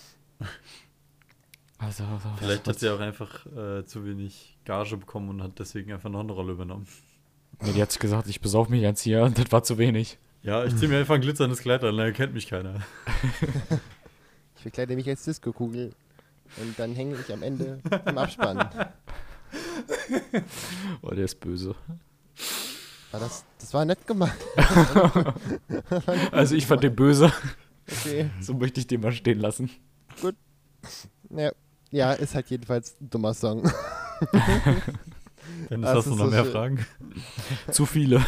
Also, Vielleicht hat sie auch einfach zu wenig Gage bekommen und hat deswegen einfach noch eine Rolle übernommen. nee, die hat gesagt, ich besauf mich jetzt hier und das war zu wenig. Ja, ich ziehe mir einfach ein glitzerndes Kleid an, dann erkennt mich keiner. Ich verkleide mich als Disco-Kugel und dann hänge ich am Ende im Abspann. Oh, der ist böse. Das war nett gemacht. Also ich fand den böse. Okay, So möchte ich den mal stehen lassen. ja, ist halt jedenfalls ein dummer Song. Dennis, Das hast du ist noch so mehr schön. Fragen? Zu viele.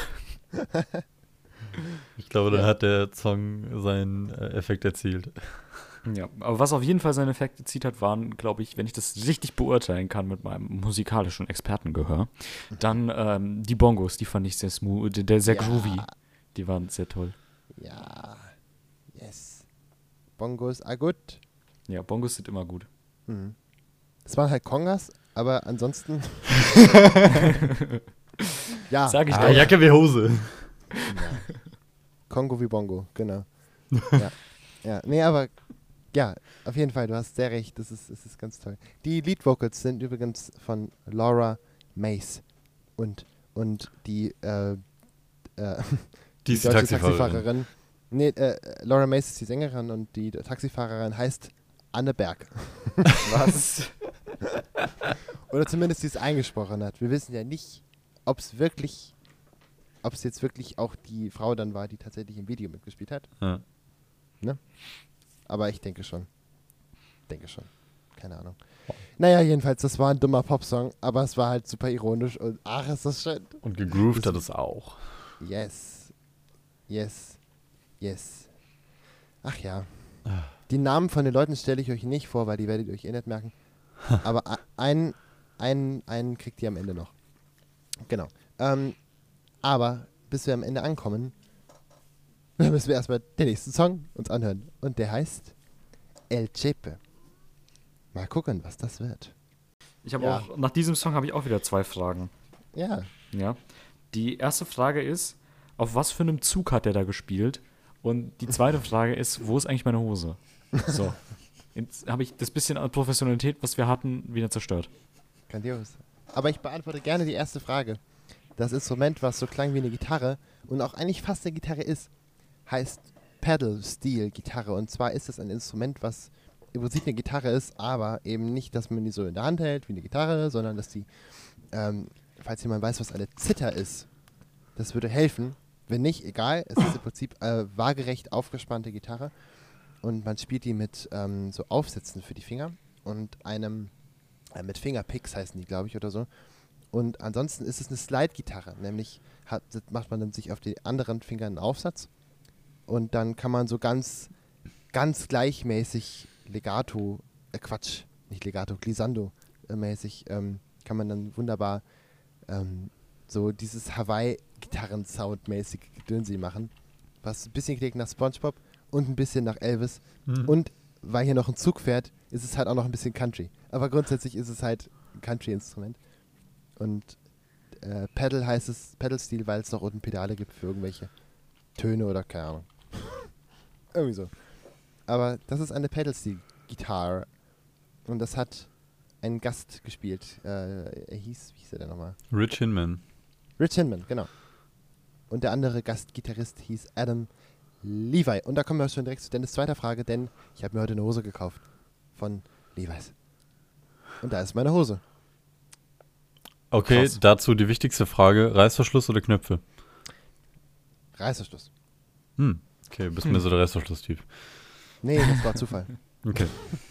Ich glaube, dann Ja. hat der Song seinen Effekt erzielt. Ja, aber was auf jeden Fall seinen Effekt erzielt hat, waren, glaube ich, wenn ich das richtig beurteilen kann mit meinem musikalischen Expertengehör, dann die Bongos, die fand ich sehr smooth, sehr Ja. groovy. Die waren sehr toll. Ja, yes. Bongos are good. Ja, Bongos sind immer gut. Mhm. Das waren halt Kongas, aber ansonsten. Ja, Sag ich Ah, doch. Jacke wie Hose. ja. Kongo wie Bongo, genau. Ja, nee, aber ja, auf jeden Fall, du hast sehr recht, das ist ganz toll. Die Lead Vocals sind übrigens von Laura Mace und die Die ist die deutsche Taxifahrerin. Nee, Laura Mace ist die Sängerin und die Taxifahrerin heißt Anne Berg. Was? Oder zumindest sie es eingesprochen hat. Wir wissen ja nicht, ob es jetzt wirklich auch die Frau dann war, die tatsächlich im Video mitgespielt hat. Ja. Aber ich denke schon. Keine Ahnung. Naja, jedenfalls, das war ein dummer Popsong, aber es war halt super ironisch und ach, ist das schön. Und gegroovt hat es auch. Yes. Ach ja. Die Namen von den Leuten stelle ich euch nicht vor, weil die werdet ihr euch eh nicht merken. Aber einen kriegt ihr am Ende noch. Genau. Aber bis wir am Ende ankommen, müssen wir erstmal den nächsten Song uns anhören. Und der heißt El Chepe. Mal gucken, was das wird. Ich habe Ja. auch, nach diesem Song habe ich auch wieder 2 Fragen. Ja. Ja. Die erste Frage ist, auf was für einem Zug hat der da gespielt? Und die zweite Frage ist, wo ist eigentlich meine Hose? So. Jetzt habe ich das bisschen an Professionalität, was wir hatten, wieder zerstört. Grandios. Aber ich beantworte gerne die erste Frage. Das Instrument, was so klang wie eine Gitarre und auch eigentlich fast eine Gitarre ist, heißt Pedal-Steel-Gitarre. Und zwar ist es ein Instrument, was im Prinzip eine Gitarre ist, aber eben nicht, dass man die so in der Hand hält wie eine Gitarre, sondern dass die, falls jemand weiß, was eine Zither ist, das würde helfen. Wenn nicht, egal. Es ist im Prinzip waagerecht aufgespannte Gitarre und man spielt die mit so Aufsätzen für die Finger und einem mit Fingerpicks heißen die, glaube ich, oder so. Und ansonsten ist es eine Slide-Gitarre, nämlich macht man dann sich auf die anderen Finger einen Aufsatz und dann kann man so ganz gleichmäßig Legato, nicht Legato, Glissando-mäßig, kann man dann wunderbar so dieses Hawaii-Gitarren-Sound-mäßig Gedönse machen, was ein bisschen klingt nach SpongeBob und ein bisschen nach Elvis. Und weil hier noch ein Zug fährt, ist es halt auch noch ein bisschen Country. Aber grundsätzlich ist es halt ein Country-Instrument. Und Pedal heißt es, Pedal-Stil, weil es noch unten Pedale gibt für irgendwelche Töne oder keine Ahnung. Irgendwie so. Aber das ist eine Pedal-Stil-Gitarre. Und das hat ein Gast gespielt. Wie hieß er denn nochmal? Rich Hinman. Rich Hinman, genau. Und der andere Gastgitarrist hieß Adam Levi. Und da kommen wir schon direkt zu Dennis' zweiter Frage, denn ich habe mir heute eine Hose gekauft von Levi's. Und da ist meine Hose. Okay, Krass. dazu die wichtigste Frage. Reißverschluss oder Knöpfe? Reißverschluss. Okay, bist mir so der Reißverschluss-Typ. Nee, das war Zufall. Okay.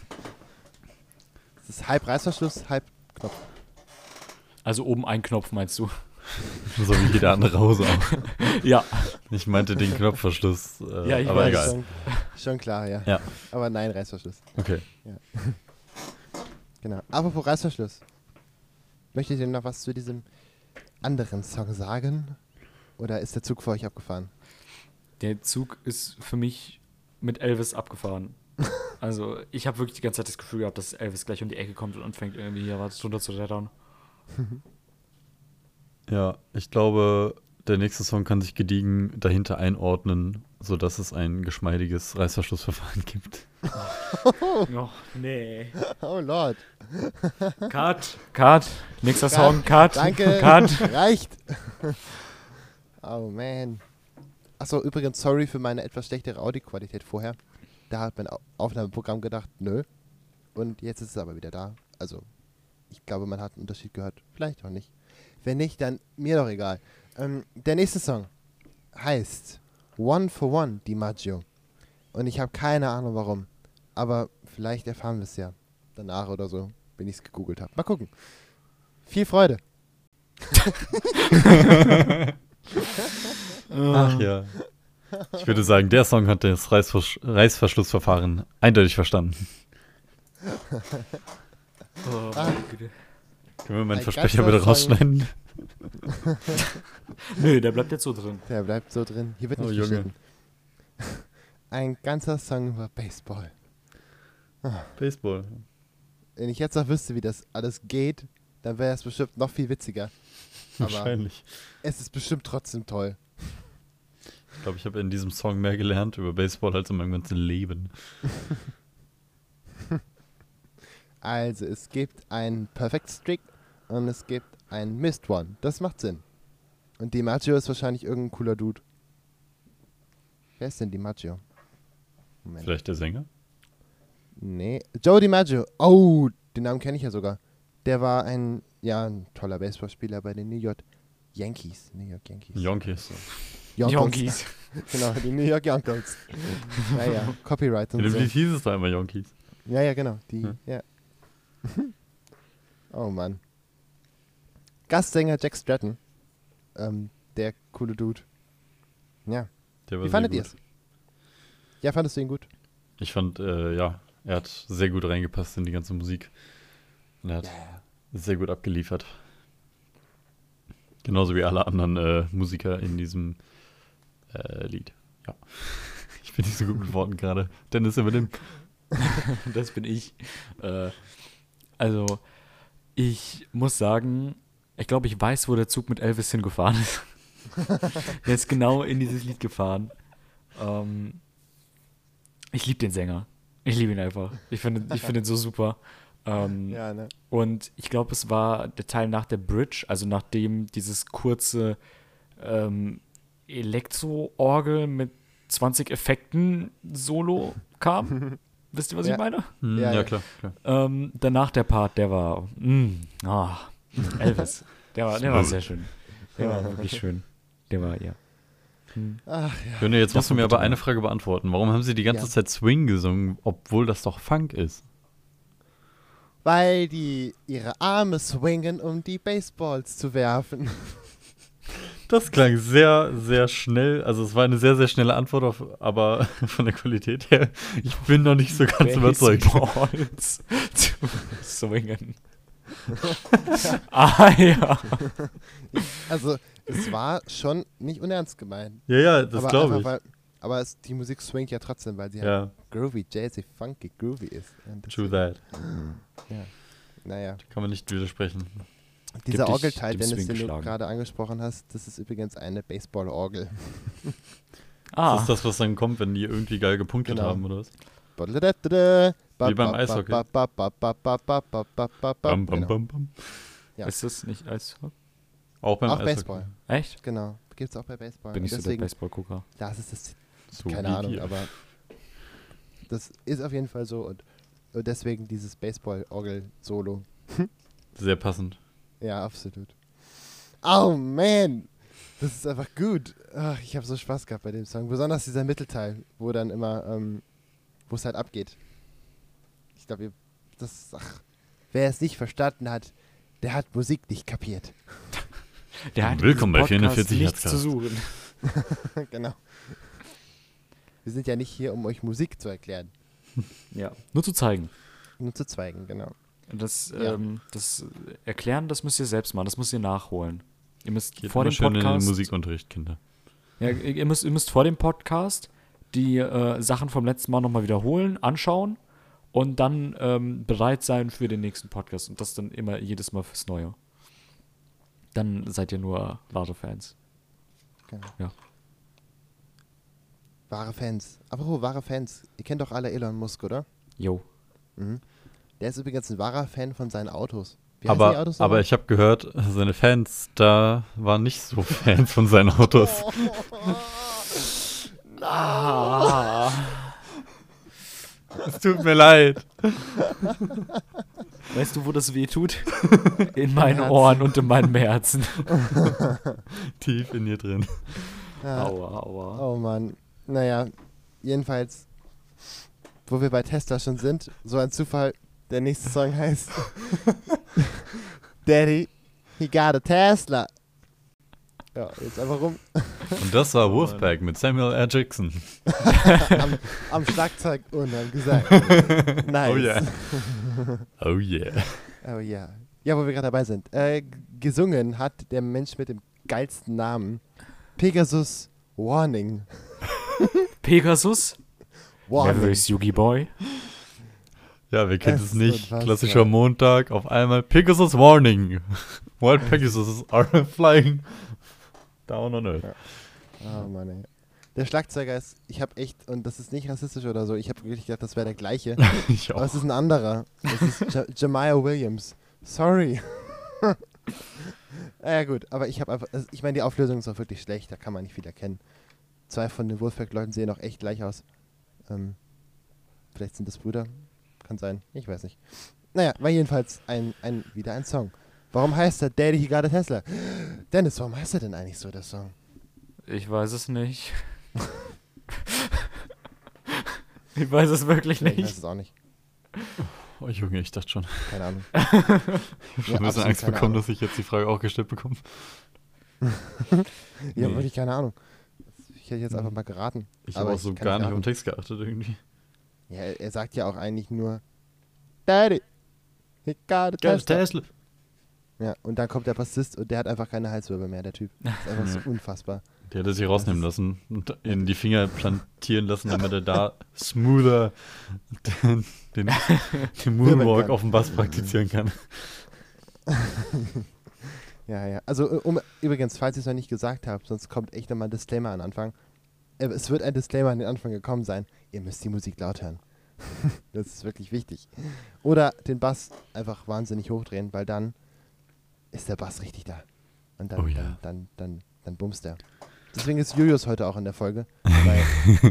Es ist halb Reißverschluss, halb Knopf. Also oben ein Knopf, meinst du? So wie jeder andere Hose auch. Ja. Ich meinte den Knopfverschluss, Ja, ich aber weiß. egal. Schon klar, ja. Ja. Aber nein, Reißverschluss. Okay. Genau. Apropos Reißverschluss. Möchtet ihr noch was zu diesem anderen Song sagen? Oder ist der Zug für euch abgefahren? Der Zug ist für mich mit Elvis abgefahren. Also, ich habe wirklich die ganze Zeit das Gefühl gehabt, dass Elvis gleich um die Ecke kommt und anfängt irgendwie hier was drunter zu tettern. Ja, ich glaube, der nächste Song kann sich gediegen dahinter einordnen, sodass es ein geschmeidiges Reißverschlussverfahren gibt. Oh, nee. Oh Lord. Cut. Nächster Song, Cut. Danke. Cut. Reicht. Oh man. Achso, übrigens, sorry für meine etwas schlechtere Audioqualität vorher. Da hat mein Aufnahmeprogramm gedacht, nö. Und jetzt ist es aber wieder da. Also, ich glaube, man hat einen Unterschied gehört. Vielleicht auch nicht. Wenn nicht, dann mir doch egal. Der nächste Song heißt One for One, DiMaggio. Und ich habe keine Ahnung warum. Aber vielleicht erfahren wir es ja danach oder so, wenn ich es gegoogelt habe. Mal gucken. Viel Freude. Ach ja. Ich würde sagen, der Song hat das Reißverschlussverfahren eindeutig verstanden. Oh, Ah. meine Güte. Können wir meinen Ein Versprecher ganzer bitte Song. rausschneiden? Nö, der bleibt jetzt so drin. Der bleibt so drin. Hier wird Oh, nicht Junge. geschnitten. Ein ganzer Song über Baseball. Baseball. Wenn ich jetzt noch wüsste, wie das alles geht, dann wäre es bestimmt noch viel witziger. Aber Wahrscheinlich. es ist bestimmt trotzdem toll. Ich glaube, ich habe in diesem Song mehr gelernt über Baseball als in meinem ganzen Leben. Also, es gibt einen Perfect Streak und es gibt einen Missed One. Das macht Sinn. Und DiMaggio ist wahrscheinlich irgendein cooler Dude. Wer ist denn DiMaggio? Moment. Vielleicht der Sänger? Nee. Joe DiMaggio. Oh, den Namen kenne ich ja sogar. Der war ein toller Baseballspieler bei den New York Yankees. Yonkis. Yonkis. Genau, die New York Yonkers. Ja, Copyright In und dem so. Lied hieß es da immer Yonkis. Ja, genau. Die, Ja. ja. Oh Mann. Gastsänger Jack Stratton. Der coole Dude. Ja. Der war Wie sehr fandet ihr gut. es? Ja, fandest du ihn gut? Ich fand, er hat sehr gut reingepasst in die ganze Musik. Und er hat sehr gut abgeliefert. Genauso wie alle anderen Musiker in diesem Lied. Ja. Ich bin nicht so gut mit Worten gerade. Dennis, übernimm. Das bin ich. Also, ich muss sagen, ich glaube, ich weiß, wo der Zug mit Elvis hingefahren ist. Der ist genau in dieses Lied gefahren. Ich liebe den Sänger. Ich liebe ihn einfach. Ich finde ihn so super. Ja, ne? Und ich glaube, es war der Teil nach der Bridge, also nachdem dieses kurze Elektro-Orgel mit 20 Effekten Solo kam. Wisst ihr, was Ja. ich meine? Ja, ja. Klar. Danach der Part, der war Elvis. Der war sehr schön. Der war wirklich schön. Der war, ja. Ach ja. Jönne, jetzt Das musst du mir bitte aber mal. eine Frage beantworten. Warum haben sie die ganze Ja. Zeit Swing gesungen, obwohl das doch Funk ist? Weil die ihre Arme swingen, um die Baseballs zu werfen. Das klang sehr, sehr schnell. Also es war eine sehr, sehr schnelle Antwort, aber von der Qualität her, ich bin noch nicht so ganz überzeugt. Baseballs zu swingen. Ja. Also, es war schon nicht unernst gemeint. Ja, das Aber glaube einfach, ich. aber die Musik swingt ja trotzdem, weil sie halt Ja, groovy, jazzy, funky, groovy ist. Und true deswegen- that. Naja. Kann man nicht widersprechen. Dieser dich Orgelteil, dem Dennis, Swing den du geschlagen. gerade angesprochen hast, das ist übrigens eine Baseball-Orgel. Das ist das, was dann kommt, wenn die irgendwie geil gepunktet Genau. haben, oder was? Wie beim Eishockey. Bam, bam, Genau. bam, bam. Ja. Ist das nicht Eishockey? Auch beim Auch Eishockey. Baseball. Echt? Genau. Gibt's auch bei Baseball. Bin ich Und so der deswegen, Baseball-Gucker. das ist das, So keine wie Ahnung, wir. aber das ist auf jeden Fall so und deswegen dieses Baseball-Orgel-Solo. Sehr passend. Ja, absolut. Oh man! Das ist einfach gut. Ach, ich habe so Spaß gehabt bei dem Song. Besonders dieser Mittelteil, wo dann immer, wo es halt abgeht. Ich glaube, wer es nicht verstanden hat, der hat Musik nicht kapiert. Der hat Willkommen bei in diesem Podcast 44 nichts zu Herzcast. suchen. Genau. Wir sind ja nicht hier, um euch Musik zu erklären. Ja. Nur zu zeigen. Nur zu zweigen, genau. Das, Ja. das Erklären, das müsst ihr selbst machen, das müsst ihr nachholen. Ihr müsst Geht vor immer dem schön in den Podcast. Musikunterricht, Kinder. Ja, ihr müsst vor dem Podcast die Sachen vom letzten Mal nochmal wiederholen, anschauen und dann bereit sein für den nächsten Podcast. Und das dann immer jedes Mal fürs Neue. Dann seid ihr nur wahre Fans. Genau. Ja. Wahre Fans. Apropos wahre Fans. Ihr kennt doch alle Elon Musk, oder? Jo. Mhm. Der ist übrigens ein wahrer Fan von seinen Autos. Wie heißen die Aber, Autos aber nochmal? ich habe gehört, seine Fans da waren nicht so Fans von seinen Autos. Ah. Es tut mir leid. Weißt du, wo das weh tut? In meinen Herzen. Ohren und in meinem Herzen. Tief in dir drin. Ja. Aua, aua. Oh Mann. Naja, jedenfalls, wo wir bei Tesla schon sind, so ein Zufall, der nächste Song heißt Daddy, he got a Tesla. Ja, jetzt einfach rum Und das war Wolfpack mit Samuel L. Jackson. am Schlagzeug und am Gesang. Nice. Oh yeah. Oh yeah. Oh ja. Ja, wo wir gerade dabei sind. Gesungen hat der Mensch mit dem geilsten Namen Pegasus Warning. Pegasus? Warning. Mavericks Yugi Boy? Ja, wer kennt Es es nicht? wird was, Klassischer ja. Montag, auf einmal Pegasus Warning. Wild Pegasus are flying down on Earth. Oh Mann, ey. Der Schlagzeuger ist, ich habe echt, und das ist nicht rassistisch oder so, ich habe wirklich gedacht, das wäre der gleiche. Ich Aber es auch. ist ein anderer. Es ist Jemiah Williams. Sorry. Ja gut, aber ich habe einfach, also ich meine, die Auflösung ist auch wirklich schlecht, da kann man nicht viel erkennen. 2 von den Wolfpack-Leuten sehen auch echt gleich aus. Vielleicht sind das Brüder, kann sein, ich weiß nicht. Naja, war jedenfalls wieder ein Song. Warum heißt er Daddy, he got a Tesla? Dennis, warum heißt er denn eigentlich so, der Song? Ich weiß es nicht. Ich weiß es wirklich Ich weiß nicht. es auch nicht, Oh Junge, ich dachte schon. keine Ahnung. Ich habe schon Ja, ein bisschen absolut Angst keine bekommen, Ahnung. dass ich jetzt die Frage auch gestellt bekomme. Ich habe Nee. wirklich keine Ahnung. Ich hätte jetzt einfach mal geraten. Ich aber habe auch so kann gar nicht raten. auf den Text geachtet irgendwie. Ja, er sagt ja auch eigentlich nur Daddy, he got a Tesla. Ja, und dann kommt der Bassist und der hat einfach keine Halswirbel mehr, der Typ. Das ist einfach so unfassbar. Der hätte sich rausnehmen lassen und in die Finger plantieren lassen, damit er da smoother den Moonwalk kann. auf dem Bass praktizieren kann. Ja, ja. Also übrigens, falls ich es noch nicht gesagt habe, sonst kommt echt nochmal ein Disclaimer an den Anfang. Es wird ein Disclaimer an den Anfang gekommen sein. Ihr müsst die Musik laut hören. Das ist wirklich wichtig. Oder den Bass einfach wahnsinnig hochdrehen, weil dann ist der Bass richtig da. Und dann, Oh ja. dann bumst er. Deswegen ist Julius heute auch in der Folge. Weil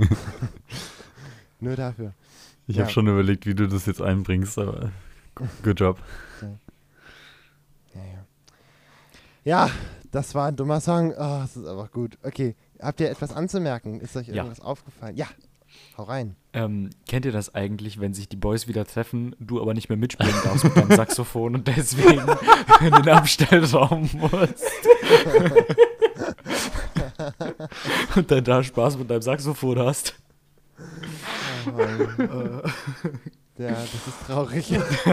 nur dafür. Ich Ja. habe schon überlegt, wie du das jetzt einbringst, aber good job. Ja, ja. Ja, das war ein dummer Song. Oh, das ist einfach gut. Okay, habt ihr etwas anzumerken? Ist euch Ja. irgendwas aufgefallen? Ja, hau rein. Kennt ihr das eigentlich, wenn sich die Boys wieder treffen, du aber nicht mehr mitspielen darfst mit deinem Saxophon und deswegen in den Abstellraum musst? Und dann da Spaß mit deinem Saxophon hast? Oh Mann. Ja, das ist traurig.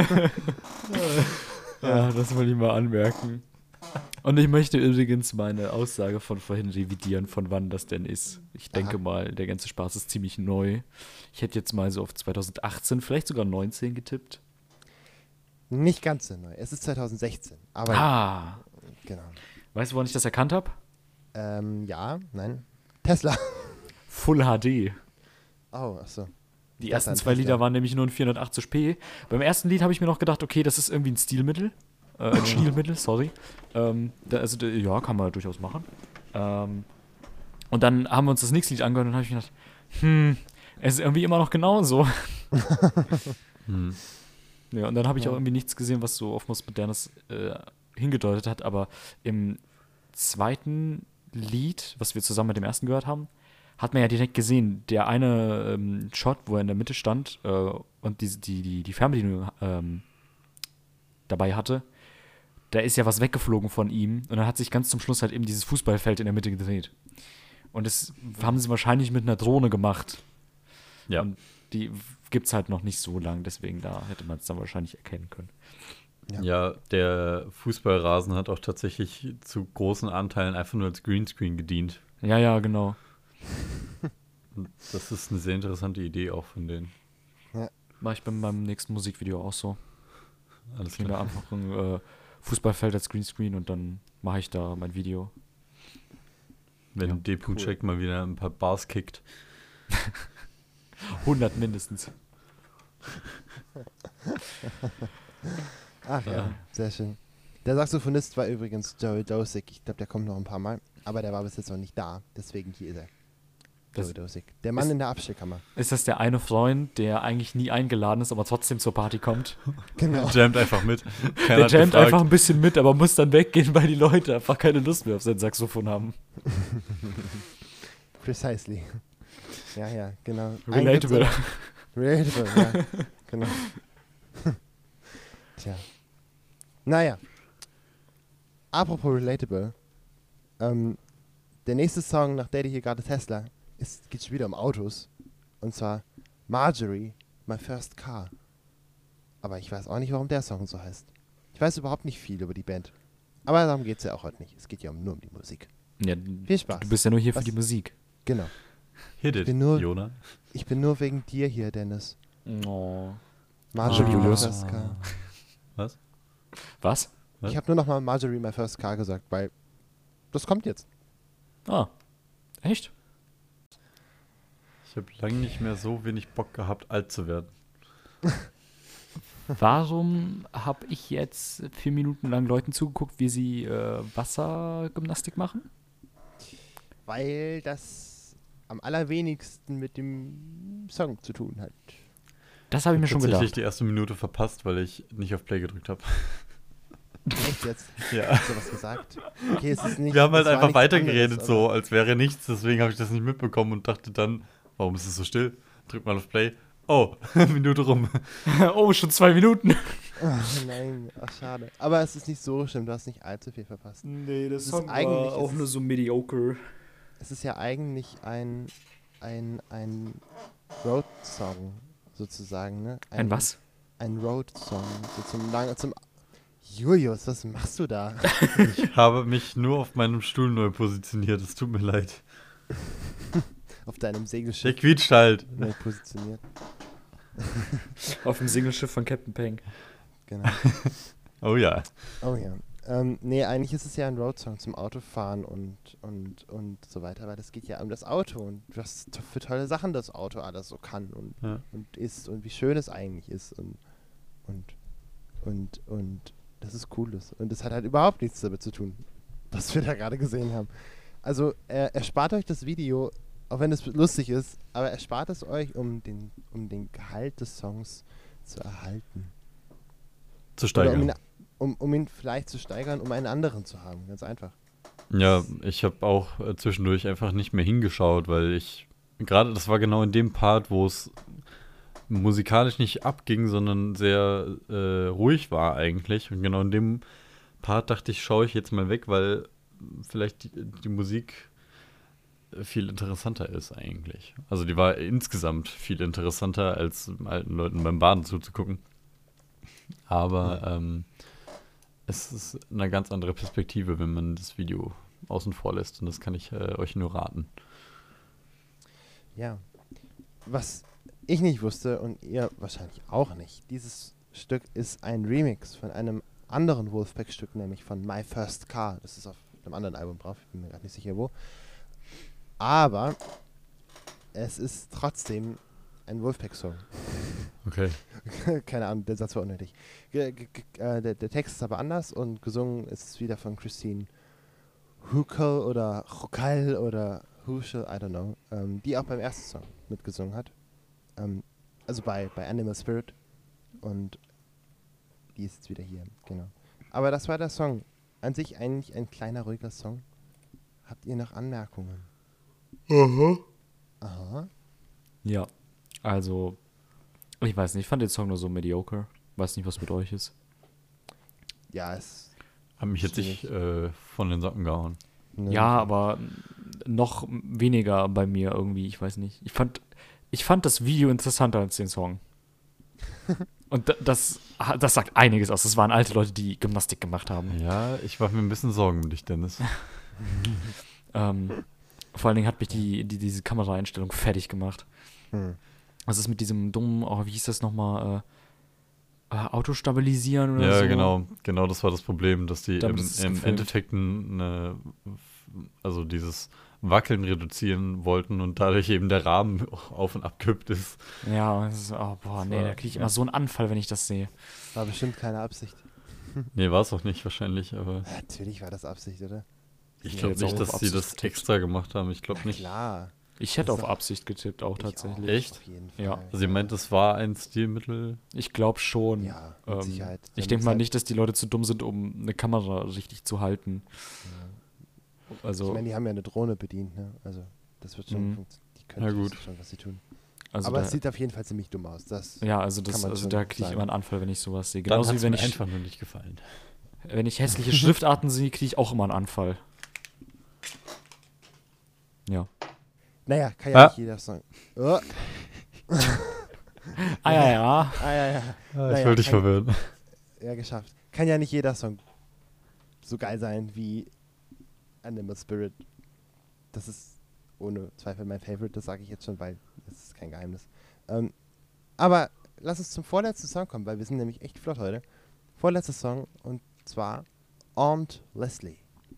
Ja, das will ich mal anmerken. Und ich möchte übrigens meine Aussage von vorhin revidieren, von wann das denn ist. Ich denke mal, der ganze Spaß ist ziemlich neu. Ich hätte jetzt mal so auf 2018, vielleicht sogar 19 getippt. Nicht ganz so neu. Es ist 2016. Aber genau. Weißt du, woran ich das erkannt habe? Ja, nein. Tesla. Full HD. Oh, achso. Die Das ersten ein 2 Tesla. Lieder waren nämlich nur in 480p. Beim ersten Lied habe ich mir noch gedacht, okay, das ist irgendwie ein Stilmittel. Ein Stilmittel, sorry. Ja, kann man durchaus machen. Und dann haben wir uns das nächste Lied angehört und habe ich mir gedacht, es ist irgendwie immer noch genauso. Hm. Ja, und dann habe ich Ja. auch irgendwie nichts gesehen, was so auf was Modernes hingedeutet hat, aber im zweiten Lied, was wir zusammen mit dem ersten gehört haben, hat man ja direkt gesehen. Der eine Shot, wo er in der Mitte stand und die Fernbedienung dabei hatte, da ist ja was weggeflogen von ihm und dann hat sich ganz zum Schluss halt eben dieses Fußballfeld in der Mitte gedreht. Und das haben sie wahrscheinlich mit einer Drohne gemacht. Ja. Und die gibt's halt noch nicht so lang, deswegen da hätte man es dann wahrscheinlich erkennen können. Ja, der Fußballrasen hat auch tatsächlich zu großen Anteilen einfach nur als Greenscreen gedient. Ja, genau. Und das ist eine sehr interessante Idee auch von denen. Mach ich beim nächsten Musikvideo auch so. Alles Ich nehme klar. einfach ein Fußballfeld als Greenscreen und dann mache ich da mein Video. Wenn Ja, D.Check mal wieder ein paar Bars kickt. 100 mindestens. Ach ja, sehr schön. Der Saxophonist war übrigens Joey Dosick. Ich glaube, der kommt noch ein paar Mal. Aber der war bis jetzt noch nicht da. Deswegen hier ist er. Das Joey Dosick. Der Mann ist- in der Abstellkammer. Ist das der eine Freund, der eigentlich nie eingeladen ist, aber trotzdem zur Party kommt? Genau. Jammt einfach mit. Keiner Der hat jammt gefragt. einfach ein bisschen mit, aber muss dann weggehen, weil die Leute einfach keine Lust mehr auf sein Saxophon haben. Precisely. Ja, genau. Relatable. Relatable, ja. Genau. Tja. Naja. Apropos Relatable. Der nächste Song nach Daddy hier gerade Tesla geht schon wieder um Autos. Und zwar Marjorie, My First Car. Aber ich weiß auch nicht, warum der Song so heißt. Ich weiß überhaupt nicht viel über die Band. Aber darum geht es ja auch heute nicht. Es geht ja nur um die Musik. Ja, Viel Spaß. du bist ja nur hier Was? für die Musik. Genau. Hit it, bin nur- Jona. Ich bin nur wegen dir hier, Dennis. Oh. Marjorie, My Julius. First Car. Was? Was? Was? Ich habe nur noch mal Marjorie, My First Car gesagt, weil das kommt jetzt. Ah. Echt? Ich habe lange nicht mehr so wenig Bock gehabt, alt zu werden. Warum habe ich jetzt 4 Minuten lang Leuten zugeguckt, wie sie Wassergymnastik machen? Weil das am allerwenigsten mit dem Song zu tun hat. Das habe ich mir schon Tatsächlich gedacht. die erste Minute verpasst, weil ich nicht auf Play gedrückt habe. Echt jetzt? Ja. Hast du was gesagt? Okay, es ist nicht. Wir haben halt es war einfach nichts weitergeredet, anderes, so als wäre nichts. Deswegen habe ich das nicht mitbekommen und dachte dann, warum ist es so still? Drück mal auf Play. Oh, Minute rum. Oh, schon 2 Minuten. aber- Oh, nein, ach schade. Aber es ist nicht so schlimm, du hast nicht allzu viel verpasst. Nee, das ist eigentlich- auch nur so mediocre. Es ist ja eigentlich ein Road-Song, sozusagen, ne? Ein was? Ein Road-Song. So zum Julius, was machst du da? Ich habe mich nur auf meinem Stuhl neu positioniert. Es tut mir leid. Auf deinem Der Segelschiff quietscht halt. neu positioniert. Auf dem Segelschiff von Captain Peng. Genau. Oh ja. Oh ja. Nee, eigentlich ist es ja ein Roadsong zum Autofahren und so weiter, weil das geht ja um das Auto und was für tolle Sachen das Auto alles so kann Ja. und ist und wie schön es eigentlich ist und das ist cool ist. Und das hat halt überhaupt nichts damit zu tun, was wir da gerade gesehen haben. Also erspart euch das Video, auch wenn es lustig ist, aber erspart es euch, um den Gehalt des Songs zu erhalten. Zu Oder steigern. um ihn vielleicht zu steigern, um einen anderen zu haben. Ganz einfach. Ja, ich habe auch zwischendurch einfach nicht mehr hingeschaut, weil ich gerade, das war genau in dem Part, wo es musikalisch nicht abging, sondern sehr ruhig war eigentlich. Und genau in dem Part dachte ich, schaue ich jetzt mal weg, weil vielleicht die Musik viel interessanter ist eigentlich. Also die war insgesamt viel interessanter, als alten Leuten beim Baden zuzugucken. Aber es ist eine ganz andere Perspektive, wenn man das Video außen vor lässt. Und das kann ich euch nur raten. Ja. Was ich nicht wusste und ihr wahrscheinlich auch nicht, dieses Stück ist ein Remix von einem anderen Wolfpack-Stück, nämlich von My First Car. Das ist auf einem anderen Album drauf, ich bin mir gerade nicht sicher wo. Aber es ist trotzdem ein Wolfpack-Song. Okay. Keine Ahnung, der Satz war unnötig. Der Text ist aber anders und gesungen ist es wieder von Christine Huckel oder Huckel oder Huschel, I don't know, die auch beim ersten Song mitgesungen hat. Also bei Animal Spirit. Und die ist jetzt wieder hier, genau. Aber das war der Song. An sich eigentlich ein kleiner, ruhiger Song. Habt ihr noch Anmerkungen? Aha. Ja, also, ich weiß nicht, ich fand den Song nur so mediocre. Weiß nicht, was mit euch ist. Ja, es. Hat mich jetzt nicht von den Socken gehauen. Ne, Ja, aber noch weniger bei mir irgendwie, ich weiß nicht. Ich fand das Video interessanter als den Song. Und das sagt einiges aus. Das waren alte Leute, die Gymnastik gemacht haben. Ja, ich mache mir ein bisschen Sorgen um dich, Dennis. Vor allen Dingen hat mich diese Kameraeinstellung fertig gemacht. Was ist mit diesem dummen, wie hieß das nochmal, Autostabilisieren oder so? Ja, genau das war das Problem, dass die Damit ist es im gefilmt. Endeffekt also dieses Wackeln reduzieren wollten und dadurch eben der Rahmen auf und abgekippt ist. Ja, das ist, oh, boah, nee, da kriege ich immer so einen Anfall, wenn ich das sehe. war bestimmt keine Absicht. Nee, war es auch nicht wahrscheinlich, aber Natürlich war das Absicht, oder? ich Ja, glaube jetzt nicht, auch dass auf sie das Absicht getippt. extra gemacht haben. Ich glaube nicht. Klar. Ich hätte Das auf ist doch- Absicht getippt, auch Ich tatsächlich. auch, Echt? Auf jeden Fall. Ja. Also ihr meint, es war ein Stilmittel? Ich glaube schon. Ja, mit Sicherheit. Ich Damit denke mal halt- nicht, dass die Leute zu dumm sind, um eine Kamera richtig zu halten. Ich Also, meine, die haben ja eine Drohne bedient, ne? Also, das wird schon funktionieren. Die können Ja, wissen gut. schon, was sie tun. also Aber da, es sieht auf jeden Fall ziemlich dumm aus. Das ja, also kann man schon da kriege ich sagen. immer einen Anfall, wenn ich sowas sehe. Dann Genauso hat wie es wenn mir ich, einfach nur nicht gefallen. wenn ich hässliche Schriftarten sehe, kriege ich auch immer einen Anfall. Ja. Naja, kann ja Ah. nicht jeder Song. Oh, Ah ja. ja. Ich Naja, wollte dich kann- verwirren. Ja, geschafft. Kann ja nicht jeder Song so geil sein wie Animal Spirit. Das ist ohne Zweifel mein Favorite, das sage ich jetzt schon, weil das ist kein Geheimnis. Aber lass uns zum vorletzten Song kommen, weil wir sind nämlich echt flott heute. Vorletzter Song und zwar Aunt Leslie.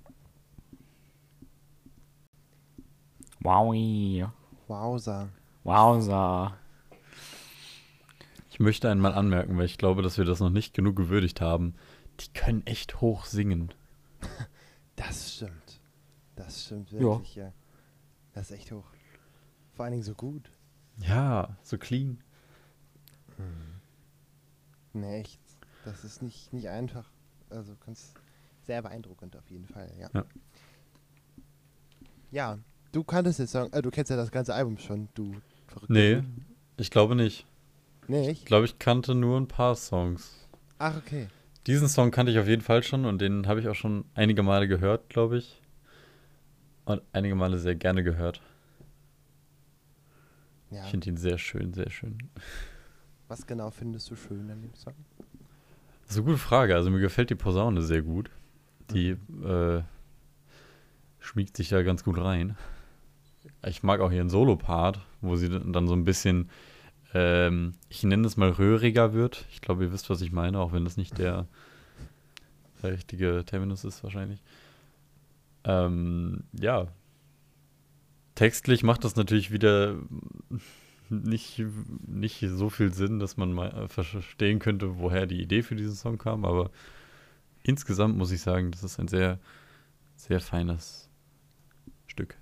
Wowi. Wowza. Wowza. Ich möchte einmal anmerken, weil ich glaube, dass wir das noch nicht genug gewürdigt haben. Die können echt hoch singen. Das stimmt. Das stimmt Ja. wirklich, ja. Das ist echt hoch. Vor allen Dingen so gut. Ja, so clean. Ne, echt. Das ist nicht einfach. Also ganz sehr beeindruckend auf jeden Fall, ja. Ja. Ja, du kanntest den Song, du kennst ja das ganze Album schon, du verrückter Nee, Dude. ich glaube nicht. Nee, Ich glaube, ich kannte nur ein paar Songs. Ach, okay. Diesen Song kannte ich auf jeden Fall schon und den habe ich auch schon einige Male gehört, glaube ich. Und einige Male sehr gerne gehört. Ja. Ich finde ihn sehr schön, sehr schön. Was genau findest du schön an dem Song? Das ist eine gute Frage. Also mir gefällt die Posaune sehr gut. Die schmiegt sich da ganz gut rein. Ich mag auch ihren Solo-Part, wo sie dann so ein bisschen, ich nenne es mal röhriger wird. Ich glaube, ihr wisst, was ich meine, auch wenn das nicht der richtige Terminus ist wahrscheinlich. Ja. Textlich macht das natürlich wieder nicht so viel Sinn, dass man mal verstehen könnte, woher die Idee für diesen Song kam, aber insgesamt muss ich sagen, das ist ein sehr, sehr feines Stück.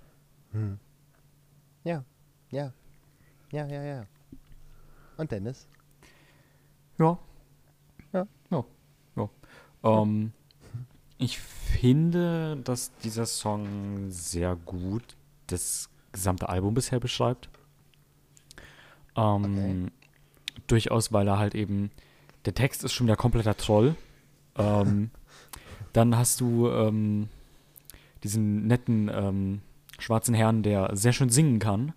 Ja. Und Dennis? Ja. Ja. Ich finde, dass dieser Song sehr gut das gesamte Album bisher beschreibt. Okay. Durchaus, weil er halt eben, der Text ist schon wieder kompletter Troll. Dann hast du diesen netten schwarzen Herrn, der sehr schön singen kann.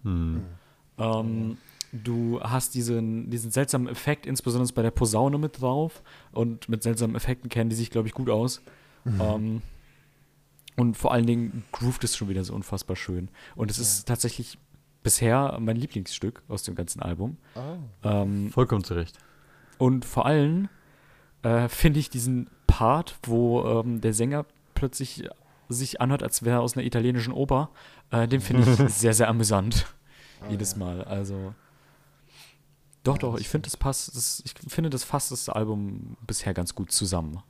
Du hast diesen seltsamen Effekt, insbesondere bei der Posaune mit drauf. Und mit seltsamen Effekten kennen die sich, glaube ich, gut aus. Und vor allen Dingen groovt es schon wieder so unfassbar schön. Und es ist tatsächlich bisher mein Lieblingsstück aus dem ganzen Album. Oh. Vollkommen zu Recht. Und vor allem finde ich diesen Part, wo der Sänger plötzlich sich anhört, als wäre er aus einer italienischen Oper, den finde ich sehr, sehr amüsant. Jedes Mal. Also doch, ich finde, das fasst das Album bisher ganz gut zusammen.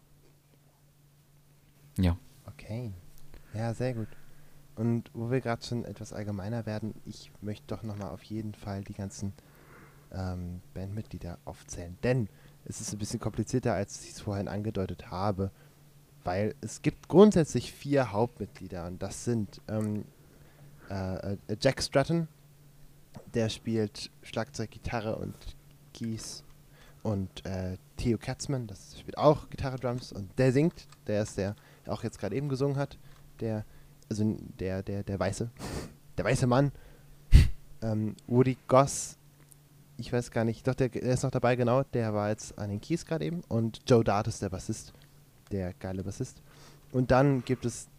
Ja. Okay. Ja, sehr gut. Und wo wir gerade schon etwas allgemeiner werden, ich möchte doch nochmal auf jeden Fall die ganzen Bandmitglieder aufzählen. Denn es ist ein bisschen komplizierter, als ich es vorhin angedeutet habe, weil es gibt grundsätzlich 4 Hauptmitglieder und das sind Jack Stratton, der spielt Schlagzeug, Gitarre und Keys, und Theo Katzmann, das spielt auch Gitarre, Drums, und der singt, der ist der auch jetzt gerade eben gesungen hat, der Weiße, der weiße Mann. Woody Goss, ich weiß gar nicht, doch, der ist noch dabei, genau, der war jetzt an den Keys gerade eben, und Joe Dart ist der Bassist, der geile Bassist. Und dann gibt es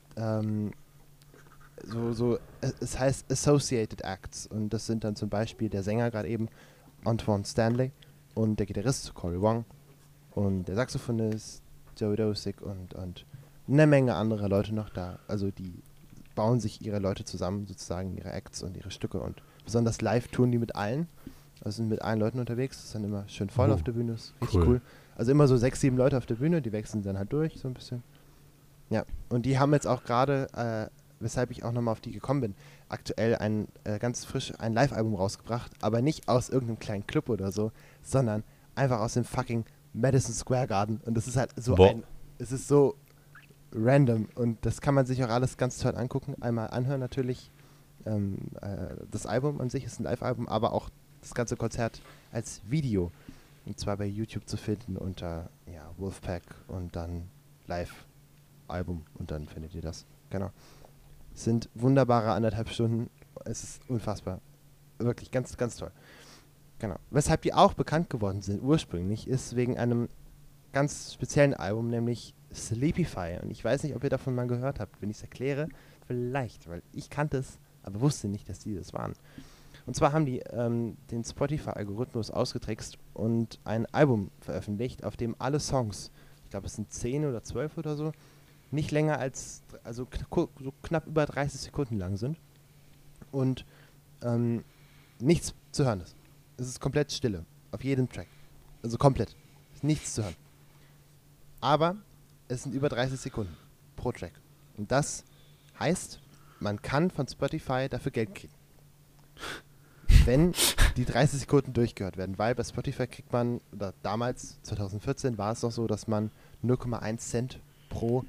es heißt Associated Acts, und das sind dann zum Beispiel der Sänger gerade eben, Antoine Stanley, und der Gitarrist Cory Wong und der Saxophonist Joe Dosick und eine Menge anderer Leute noch da. Also die bauen sich ihre Leute zusammen, sozusagen ihre Acts und ihre Stücke, und besonders live touren die mit allen. Also sind mit allen Leuten unterwegs, das ist dann immer schön voll auf der Bühne, ist richtig cool. Also immer so 6, 7 Leute auf der Bühne, die wechseln dann halt durch, so ein bisschen. Ja, und die haben jetzt auch gerade, weshalb ich auch nochmal auf die gekommen bin, aktuell ganz frisch ein Live-Album rausgebracht, aber nicht aus irgendeinem kleinen Club oder so, sondern einfach aus dem fucking Madison Square Garden. Und das ist halt so es ist so random, und das kann man sich auch alles ganz toll angucken, einmal anhören natürlich. Das Album an sich ist ein Live-Album, aber auch das ganze Konzert als Video, und zwar bei YouTube zu finden unter Wolfpack und dann Live-Album, und dann findet ihr das. Genau. Es sind wunderbare 1,5 Stunden, es ist unfassbar. Wirklich ganz, ganz toll. Genau. Weshalb die auch bekannt geworden sind ursprünglich, ist wegen einem ganz speziellen Album, nämlich Sleepify. Und ich weiß nicht, ob ihr davon mal gehört habt. Wenn ich es erkläre, vielleicht, weil ich kannte es, aber wusste nicht, dass die das waren. Und zwar haben die den Spotify-Algorithmus ausgetrickst und ein Album veröffentlicht, auf dem alle Songs, ich glaube es sind 10 oder 12 oder so, nicht länger als, so knapp über 30 Sekunden lang sind und nichts zu hören ist. Es ist komplett Stille auf jedem Track. Also komplett. Ist nichts zu hören. Aber es sind über 30 Sekunden pro Track. Und das heißt, man kann von Spotify dafür Geld kriegen. Wenn die 30 Sekunden durchgehört werden. Weil bei Spotify kriegt man, oder damals, 2014, war es noch so, dass man 0,1 Cent pro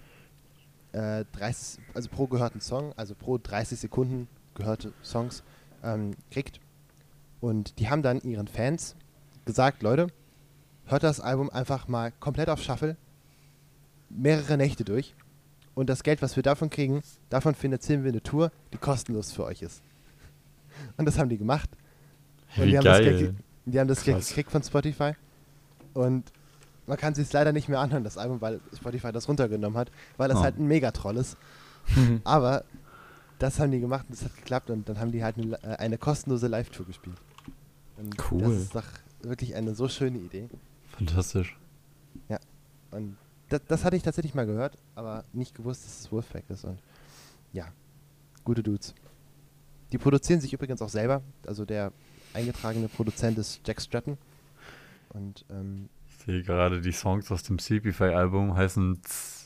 pro gehörten Song, also pro 30 Sekunden gehörte Songs kriegt. Und die haben dann ihren Fans gesagt, Leute, hört das Album einfach mal komplett auf Shuffle, mehrere Nächte durch, und das Geld, was wir davon kriegen, davon finanzieren wir eine Tour, die kostenlos für euch ist. Und das haben die gemacht. Und Wie geil. Die haben das Geld gekriegt von Spotify. Und man kann es sich leider nicht mehr anhören, das Album, weil Spotify das runtergenommen hat, weil das halt ein Megatroll ist. Aber das haben die gemacht und das hat geklappt, und dann haben die halt eine kostenlose Live-Tour gespielt. Und cool. Das ist doch wirklich eine so schöne Idee. Fantastisch. Ja, und das hatte ich tatsächlich mal gehört, aber nicht gewusst, dass es Wolfpack ist. Und ja, gute Dudes. Die produzieren sich übrigens auch selber. Also der eingetragene Produzent ist Jack Stratton. Und Ich sehe gerade, die Songs aus dem Sleepify-Album heißen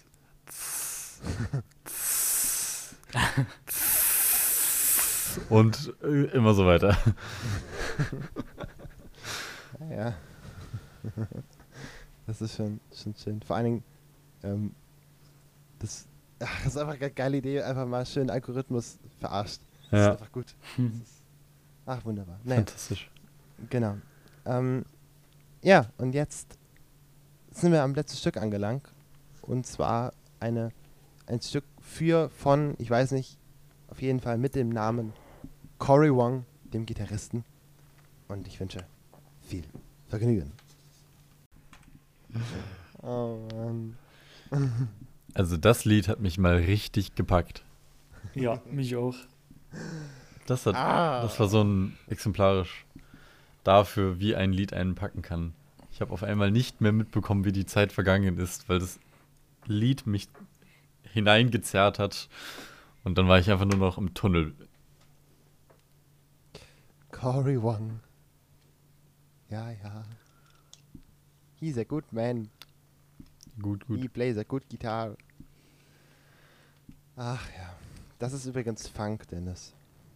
und immer so weiter. Ja. Das ist schon schön. Vor allen Dingen, das ist einfach eine geile Idee, einfach mal schön Algorithmus verarscht. Das ist einfach gut. Wunderbar. Naja. Fantastisch. Genau. Ja, und jetzt sind wir am letzten Stück angelangt. Und zwar ein Stück von, ich weiß nicht, auf jeden Fall mit dem Namen Cory Wong, dem Gitarristen. Und ich wünsche viel Vergnügen. Oh Mann. Also das Lied hat mich mal richtig gepackt. Ja, mich auch. Das war so ein exemplarisch dafür, wie ein Lied einen packen kann. Ich habe auf einmal nicht mehr mitbekommen, wie die Zeit vergangen ist, weil das Lied mich hineingezerrt hat. Und dann war ich einfach nur noch im Tunnel. Cory Wong. Ja. He's a good man. Gut. He plays a good guitar. Ach ja. Das ist übrigens Funk, Dennis.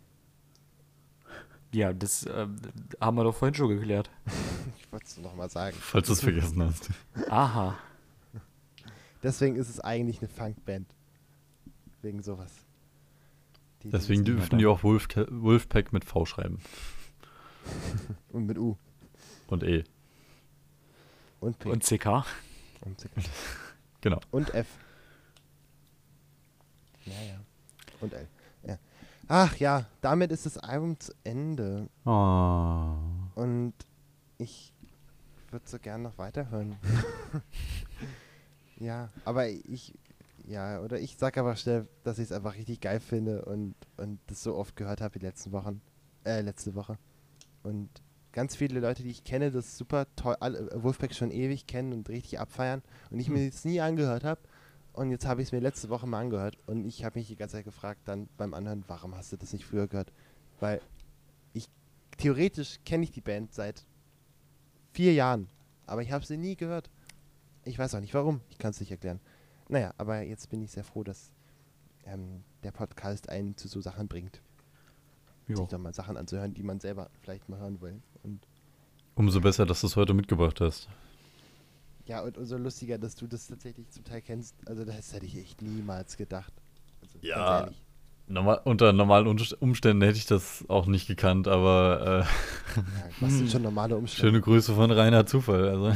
Ja, das haben wir doch vorhin schon geklärt. Ich wollte es nochmal sagen. Falls du es vergessen hast. Aha. Deswegen ist es eigentlich eine Funkband. Wegen sowas. Deswegen dürften die auch Wolfpack mit V schreiben. Und mit U. Und E. Und P. Und CK. Und C. Genau. Und F. Ja. Und L. Ja. Ach ja, damit ist das Album zu Ende. Oh. Und ich würde so gern noch weiterhören. Ja, aber ich sag aber schnell, dass ich es einfach richtig geil finde und das so oft gehört habe die letzte Woche. Und ganz viele Leute, die ich kenne, das super toll, Wolfpack schon ewig kennen und richtig abfeiern und ich mir das nie angehört habe. Und jetzt habe ich es mir letzte Woche mal angehört und ich habe mich die ganze Zeit gefragt dann beim Anhören, warum hast du das nicht früher gehört? Weil theoretisch kenne ich die Band seit 4 Jahren, aber ich habe sie nie gehört. Ich weiß auch nicht warum, ich kann es nicht erklären. Naja, aber jetzt bin ich sehr froh, dass der Podcast einen zu so Sachen bringt. Jo. Sich doch mal Sachen anzuhören, die man selber vielleicht mal hören will. Und Umso besser, dass du es heute mitgebracht hast. ja, und umso lustiger, dass du das tatsächlich zum Teil kennst. Also das hätte ich echt niemals gedacht. Also, Ja. ganz ehrlich. Unter normalen Umständen hätte ich das auch nicht gekannt, aber Ja, was sind schon normale Umstände? schöne Grüße von reiner Zufall. Also.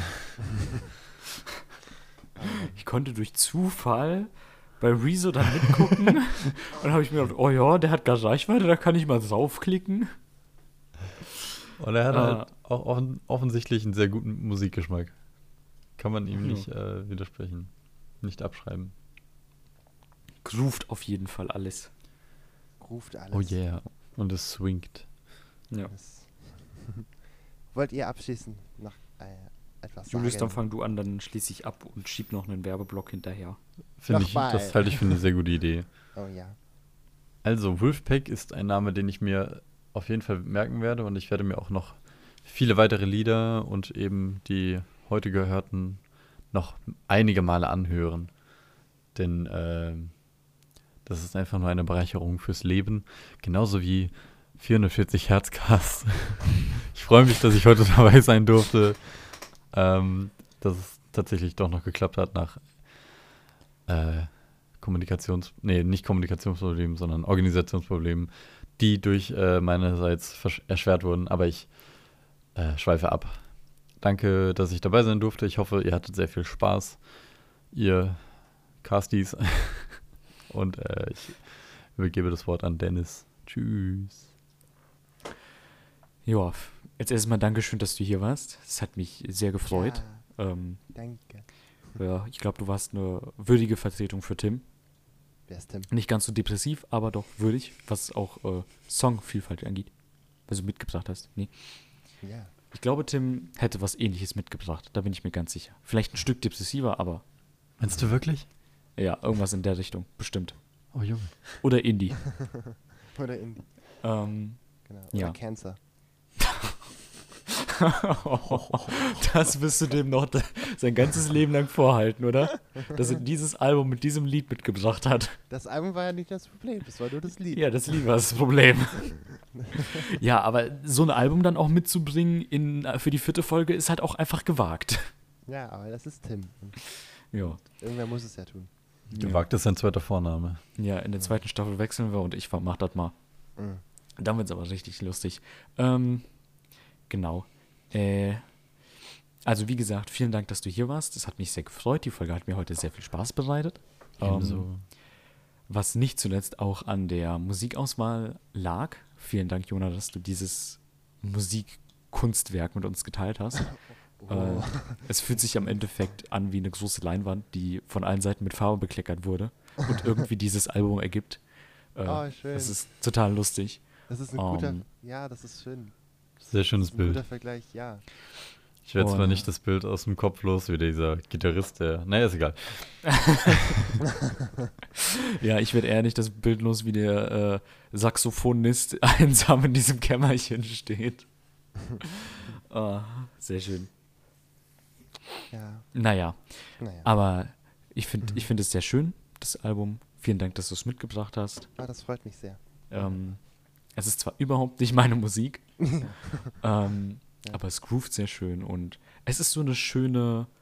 Ich konnte durch Zufall bei Rezo dann mitgucken. Und dann habe ich mir gedacht, oh ja, der hat gar Reichweite, da kann ich mal draufklicken. Und er hat halt auch offensichtlich einen sehr guten Musikgeschmack. Kann man ihm nicht widersprechen. Nicht abschreiben. Groovt auf jeden Fall alles. Ruft alles. Oh yeah. Und es swingt. Ja. Das wollt ihr abschließen? Noch etwas Julius, dann sagen? fang du an, dann schließe ich ab und schieb noch einen Werbeblock hinterher. Nochmal. Das halte ich für eine sehr gute Idee. Oh ja. Also, Wolfpack ist ein Name, den ich mir auf jeden Fall merken werde und ich werde mir auch noch viele weitere Lieder und eben die heute gehörten noch einige Male anhören. Denn das ist einfach nur eine Bereicherung fürs Leben. Genauso wie 440 Herzcast. Ich freue mich, dass ich heute dabei sein durfte. Dass es tatsächlich doch noch geklappt hat nach nicht Kommunikationsproblemen, sondern Organisationsproblemen, die durch meinerseits erschwert wurden. Aber ich schweife ab. Danke, dass ich dabei sein durfte. Ich hoffe, ihr hattet sehr viel Spaß, ihr Casties. Und ich übergebe das Wort an Dennis. Tschüss. Ja, jetzt erstmal Dankeschön, dass du hier warst. Es hat mich sehr gefreut. Danke. Ja, ich glaube, du warst eine würdige Vertretung für Tim. Wer ist Tim? Nicht ganz so depressiv, aber doch würdig, was auch Songvielfalt angeht. Was du mitgebracht hast. Nee. Ja. Ich glaube, Tim hätte was Ähnliches mitgebracht. Da bin ich mir ganz sicher. Vielleicht ein Stück depressiver, aber Meinst du wirklich? ja, irgendwas in der Richtung. Bestimmt. Oh Junge. Oder Indie. Oder Indie. Ähm, Genau. Ja. Oder Cancer. Das wirst du dem noch sein ganzes Leben lang vorhalten, oder? Dass er dieses Album mit diesem Lied mitgebracht hat. Das Album war ja nicht das Problem, das war nur das Lied. Ja, das Lied war das Problem. Ja, aber so ein Album dann auch mitzubringen für die 4. Folge ist halt auch einfach gewagt. Ja, aber das ist Tim. Und Ja. irgendwer muss es ja tun. Gewagt ist sein zweiter Vorname. Ja, in der 2. Staffel wechseln wir und ich mach das mal. Mhm. Dann wird's aber richtig lustig. Genau. Also wie gesagt, vielen Dank, dass du hier warst. Das hat mich sehr gefreut. Die Folge hat mir heute sehr viel Spaß bereitet. Was nicht zuletzt auch an der Musikauswahl lag. Vielen Dank, Jona, dass du dieses Musikkunstwerk mit uns geteilt hast. Es fühlt sich am Endeffekt an wie eine große Leinwand, die von allen Seiten mit Farbe bekleckert wurde und irgendwie dieses Album ergibt. Schön. Das ist total lustig. Das ist ein guter. Ja, das ist schön. Sehr schönes Ein Bild. guter Vergleich, ja. Ich werde zwar Und- nicht das Bild aus dem Kopf los, wie dieser Gitarrist, der. Naja, ist egal. Ja, ich werde eher nicht das Bild los, wie der Saxophonist einsam in diesem Kämmerchen steht. Sehr schön. Ja, Naja, naja. aber ich find es sehr schön, das Album. Vielen Dank, dass du es mitgebracht hast. Das freut mich sehr. Es ist zwar überhaupt nicht meine Musik, aber es groovt sehr schön und es ist so eine schöne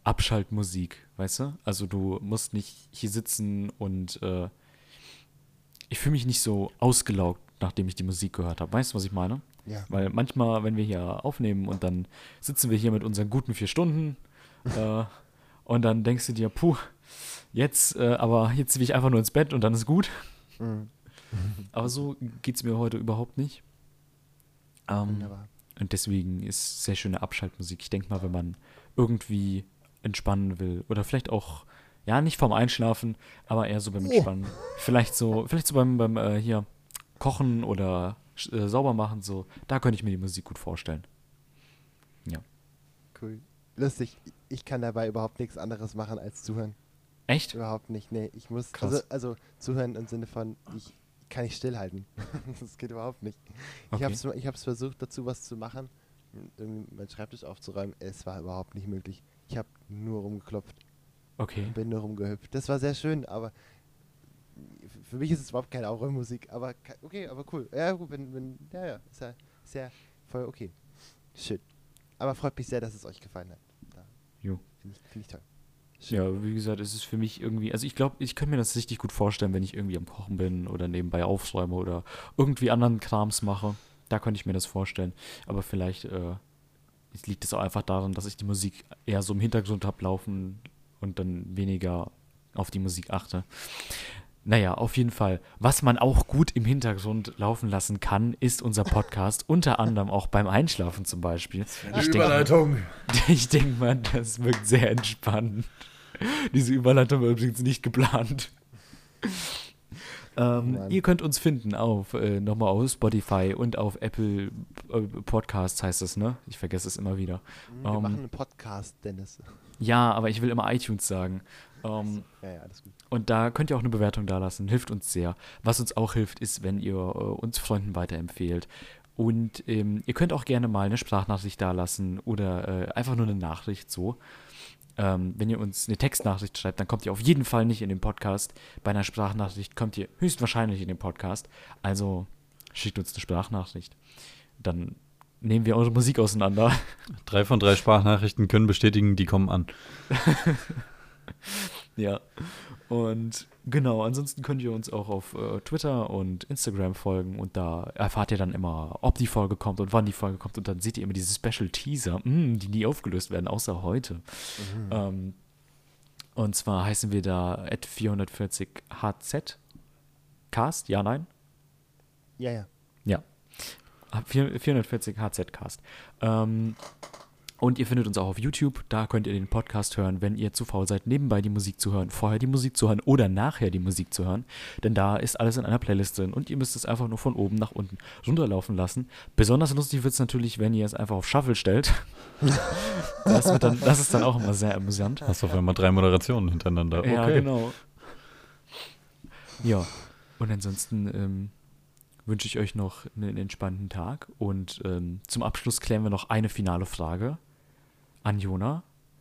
Abschaltmusik, weißt du? Also du musst nicht hier sitzen und ich fühle mich nicht so ausgelaugt, nachdem ich die Musik gehört habe. Weißt du, was ich meine? Ja. Weil manchmal, wenn wir hier aufnehmen und dann sitzen wir hier mit unseren guten 4 Stunden und dann denkst du dir, puh, jetzt will ich einfach nur ins Bett und dann ist gut. Mhm. Aber so geht es mir heute überhaupt nicht. Wunderbar. Und deswegen ist sehr schöne Abschaltmusik. Ich denke mal, wenn man irgendwie entspannen will oder vielleicht auch, ja, nicht vorm Einschlafen, aber eher so beim Entspannen. Vielleicht so beim hier Kochen oder sauber machen, so, da könnte ich mir die Musik gut vorstellen. Ja. Cool. Lustig. Ich kann dabei überhaupt nichts anderes machen als zuhören. Echt? Überhaupt nicht. Nee, ich muss, Krass. also zuhören im Sinne von, ich kann nicht stillhalten. Das geht überhaupt nicht. Okay. Ich hab's versucht, dazu was zu machen, irgendwie meinen Schreibtisch aufzuräumen. Es war überhaupt nicht möglich. Ich habe nur rumgeklopft Okay. und bin nur rumgehüpft. Das war sehr schön, aber für mich ist es überhaupt keine Aufräummusik. Aber okay, aber cool. Ja, gut, ja, ist ja voll okay. Schön. Aber freut mich sehr, dass es euch gefallen hat. Jo. Find ich toll. Ja, wie gesagt, es ist für mich irgendwie, also ich glaube, ich könnte mir das richtig gut vorstellen, wenn ich irgendwie am Kochen bin oder nebenbei aufräume oder irgendwie anderen Krams mache. Da könnte ich mir das vorstellen. Aber vielleicht liegt es auch einfach daran, dass ich die Musik eher so im Hintergrund habe laufen und dann weniger auf die Musik achte. Naja, auf jeden Fall. Was man auch gut im Hintergrund laufen lassen kann, ist unser Podcast. Unter anderem auch beim Einschlafen zum Beispiel. Ich denke mal, das wirkt sehr entspannend. Diese Überleitung war übrigens nicht geplant. Ihr könnt uns finden nochmal auf Spotify und auf Apple Podcasts heißt es, ne? Ich vergesse es immer wieder. Wir machen einen Podcast, Dennis. Ja, aber ich will immer iTunes sagen. Ja, alles gut. Und da könnt ihr auch eine Bewertung dalassen. Hilft uns sehr. Was uns auch hilft, ist, wenn ihr uns Freunden weiterempfehlt. Und ihr könnt auch gerne mal eine Sprachnachricht dalassen oder einfach nur eine Nachricht so. Wenn ihr uns eine Textnachricht schreibt, dann kommt ihr auf jeden Fall nicht in den Podcast. Bei einer Sprachnachricht kommt ihr höchstwahrscheinlich in den Podcast. Also schickt uns eine Sprachnachricht. Dann nehmen wir eure Musik auseinander. 3 von 3 Sprachnachrichten können bestätigen, die kommen an. Ja, und genau, ansonsten könnt ihr uns auch auf Twitter und Instagram folgen und da erfahrt ihr dann immer, ob die Folge kommt und wann die Folge kommt und dann seht ihr immer diese Special Teaser, die nie aufgelöst werden, außer heute. Und zwar heißen wir da @440hz Cast, ja, nein? Ja. Ja, 440 HZ Cast. Und ihr findet uns auch auf YouTube. Da könnt ihr den Podcast hören, wenn ihr zu faul seid, nebenbei die Musik zu hören, vorher die Musik zu hören oder nachher die Musik zu hören. Denn da ist alles in einer Playlist drin und ihr müsst es einfach nur von oben nach unten runterlaufen lassen. Besonders lustig wird es natürlich, wenn ihr es einfach auf Shuffle stellt. Das ist dann auch immer sehr amüsant. Hast du auf einmal 3 Moderationen hintereinander. Okay. Ja, genau. Ja, und ansonsten wünsche ich euch noch einen entspannten Tag. Und zum Abschluss klären wir noch eine finale Frage an Jona.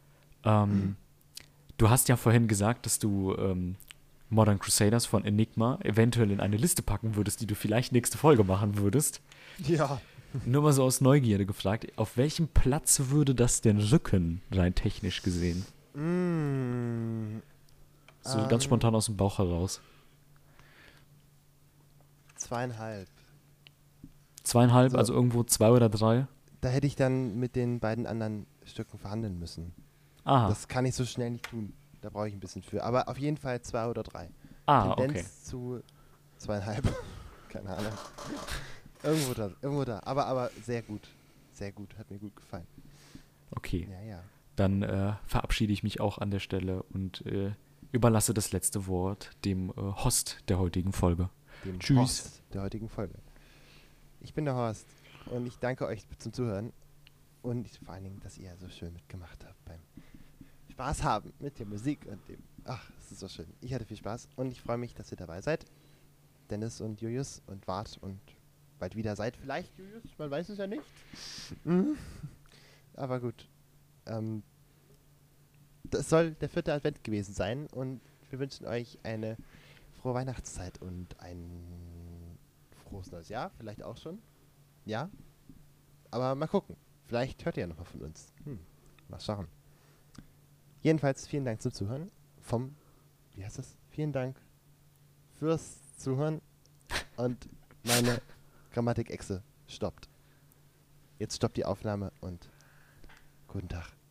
Du hast ja vorhin gesagt, dass du Modern Crusaders von Enigma eventuell in eine Liste packen würdest, die du vielleicht nächste Folge machen würdest. Ja. Nur mal so aus Neugierde gefragt, auf welchem Platz würde das denn rücken, rein technisch gesehen? So ganz spontan aus dem Bauch heraus. 2,5. 2,5, Also- also irgendwo 2 oder 3? Da hätte ich dann mit den beiden anderen Stücken verhandeln müssen. Aha. Das kann ich so schnell nicht tun. Da brauche ich ein bisschen für. Aber auf jeden Fall 2 oder 3. Okay. Tendenz zu 2,5. Keine Ahnung. Irgendwo da. Aber sehr gut. Sehr gut. Hat mir gut gefallen. Okay. Ja. Dann verabschiede ich mich auch an der Stelle und überlasse das letzte Wort dem Host der heutigen Folge. Dem Tschüss. Horst der heutigen Folge. Ich bin der Horst und ich danke euch zum Zuhören und vor allen Dingen, dass ihr so schön mitgemacht habt beim Spaß haben mit der Musik und dem. Ach, es ist so schön. Ich hatte viel Spaß und ich freue mich, dass ihr dabei seid. Dennis und Julius und wart und bald wieder seid. Vielleicht, Julius, man weiß es ja nicht. Aber gut. Das soll der 4. Advent gewesen sein und wir wünschen euch eine frohe Weihnachtszeit und ein frohes neues Jahr, vielleicht auch schon. Ja, aber mal gucken. Vielleicht hört ihr ja noch mal von uns. Mal schauen. Jedenfalls vielen Dank zum Zuhören. Wie heißt das? Vielen Dank fürs Zuhören. Und meine Grammatik-Echse stoppt. Jetzt stoppt die Aufnahme und guten Tag.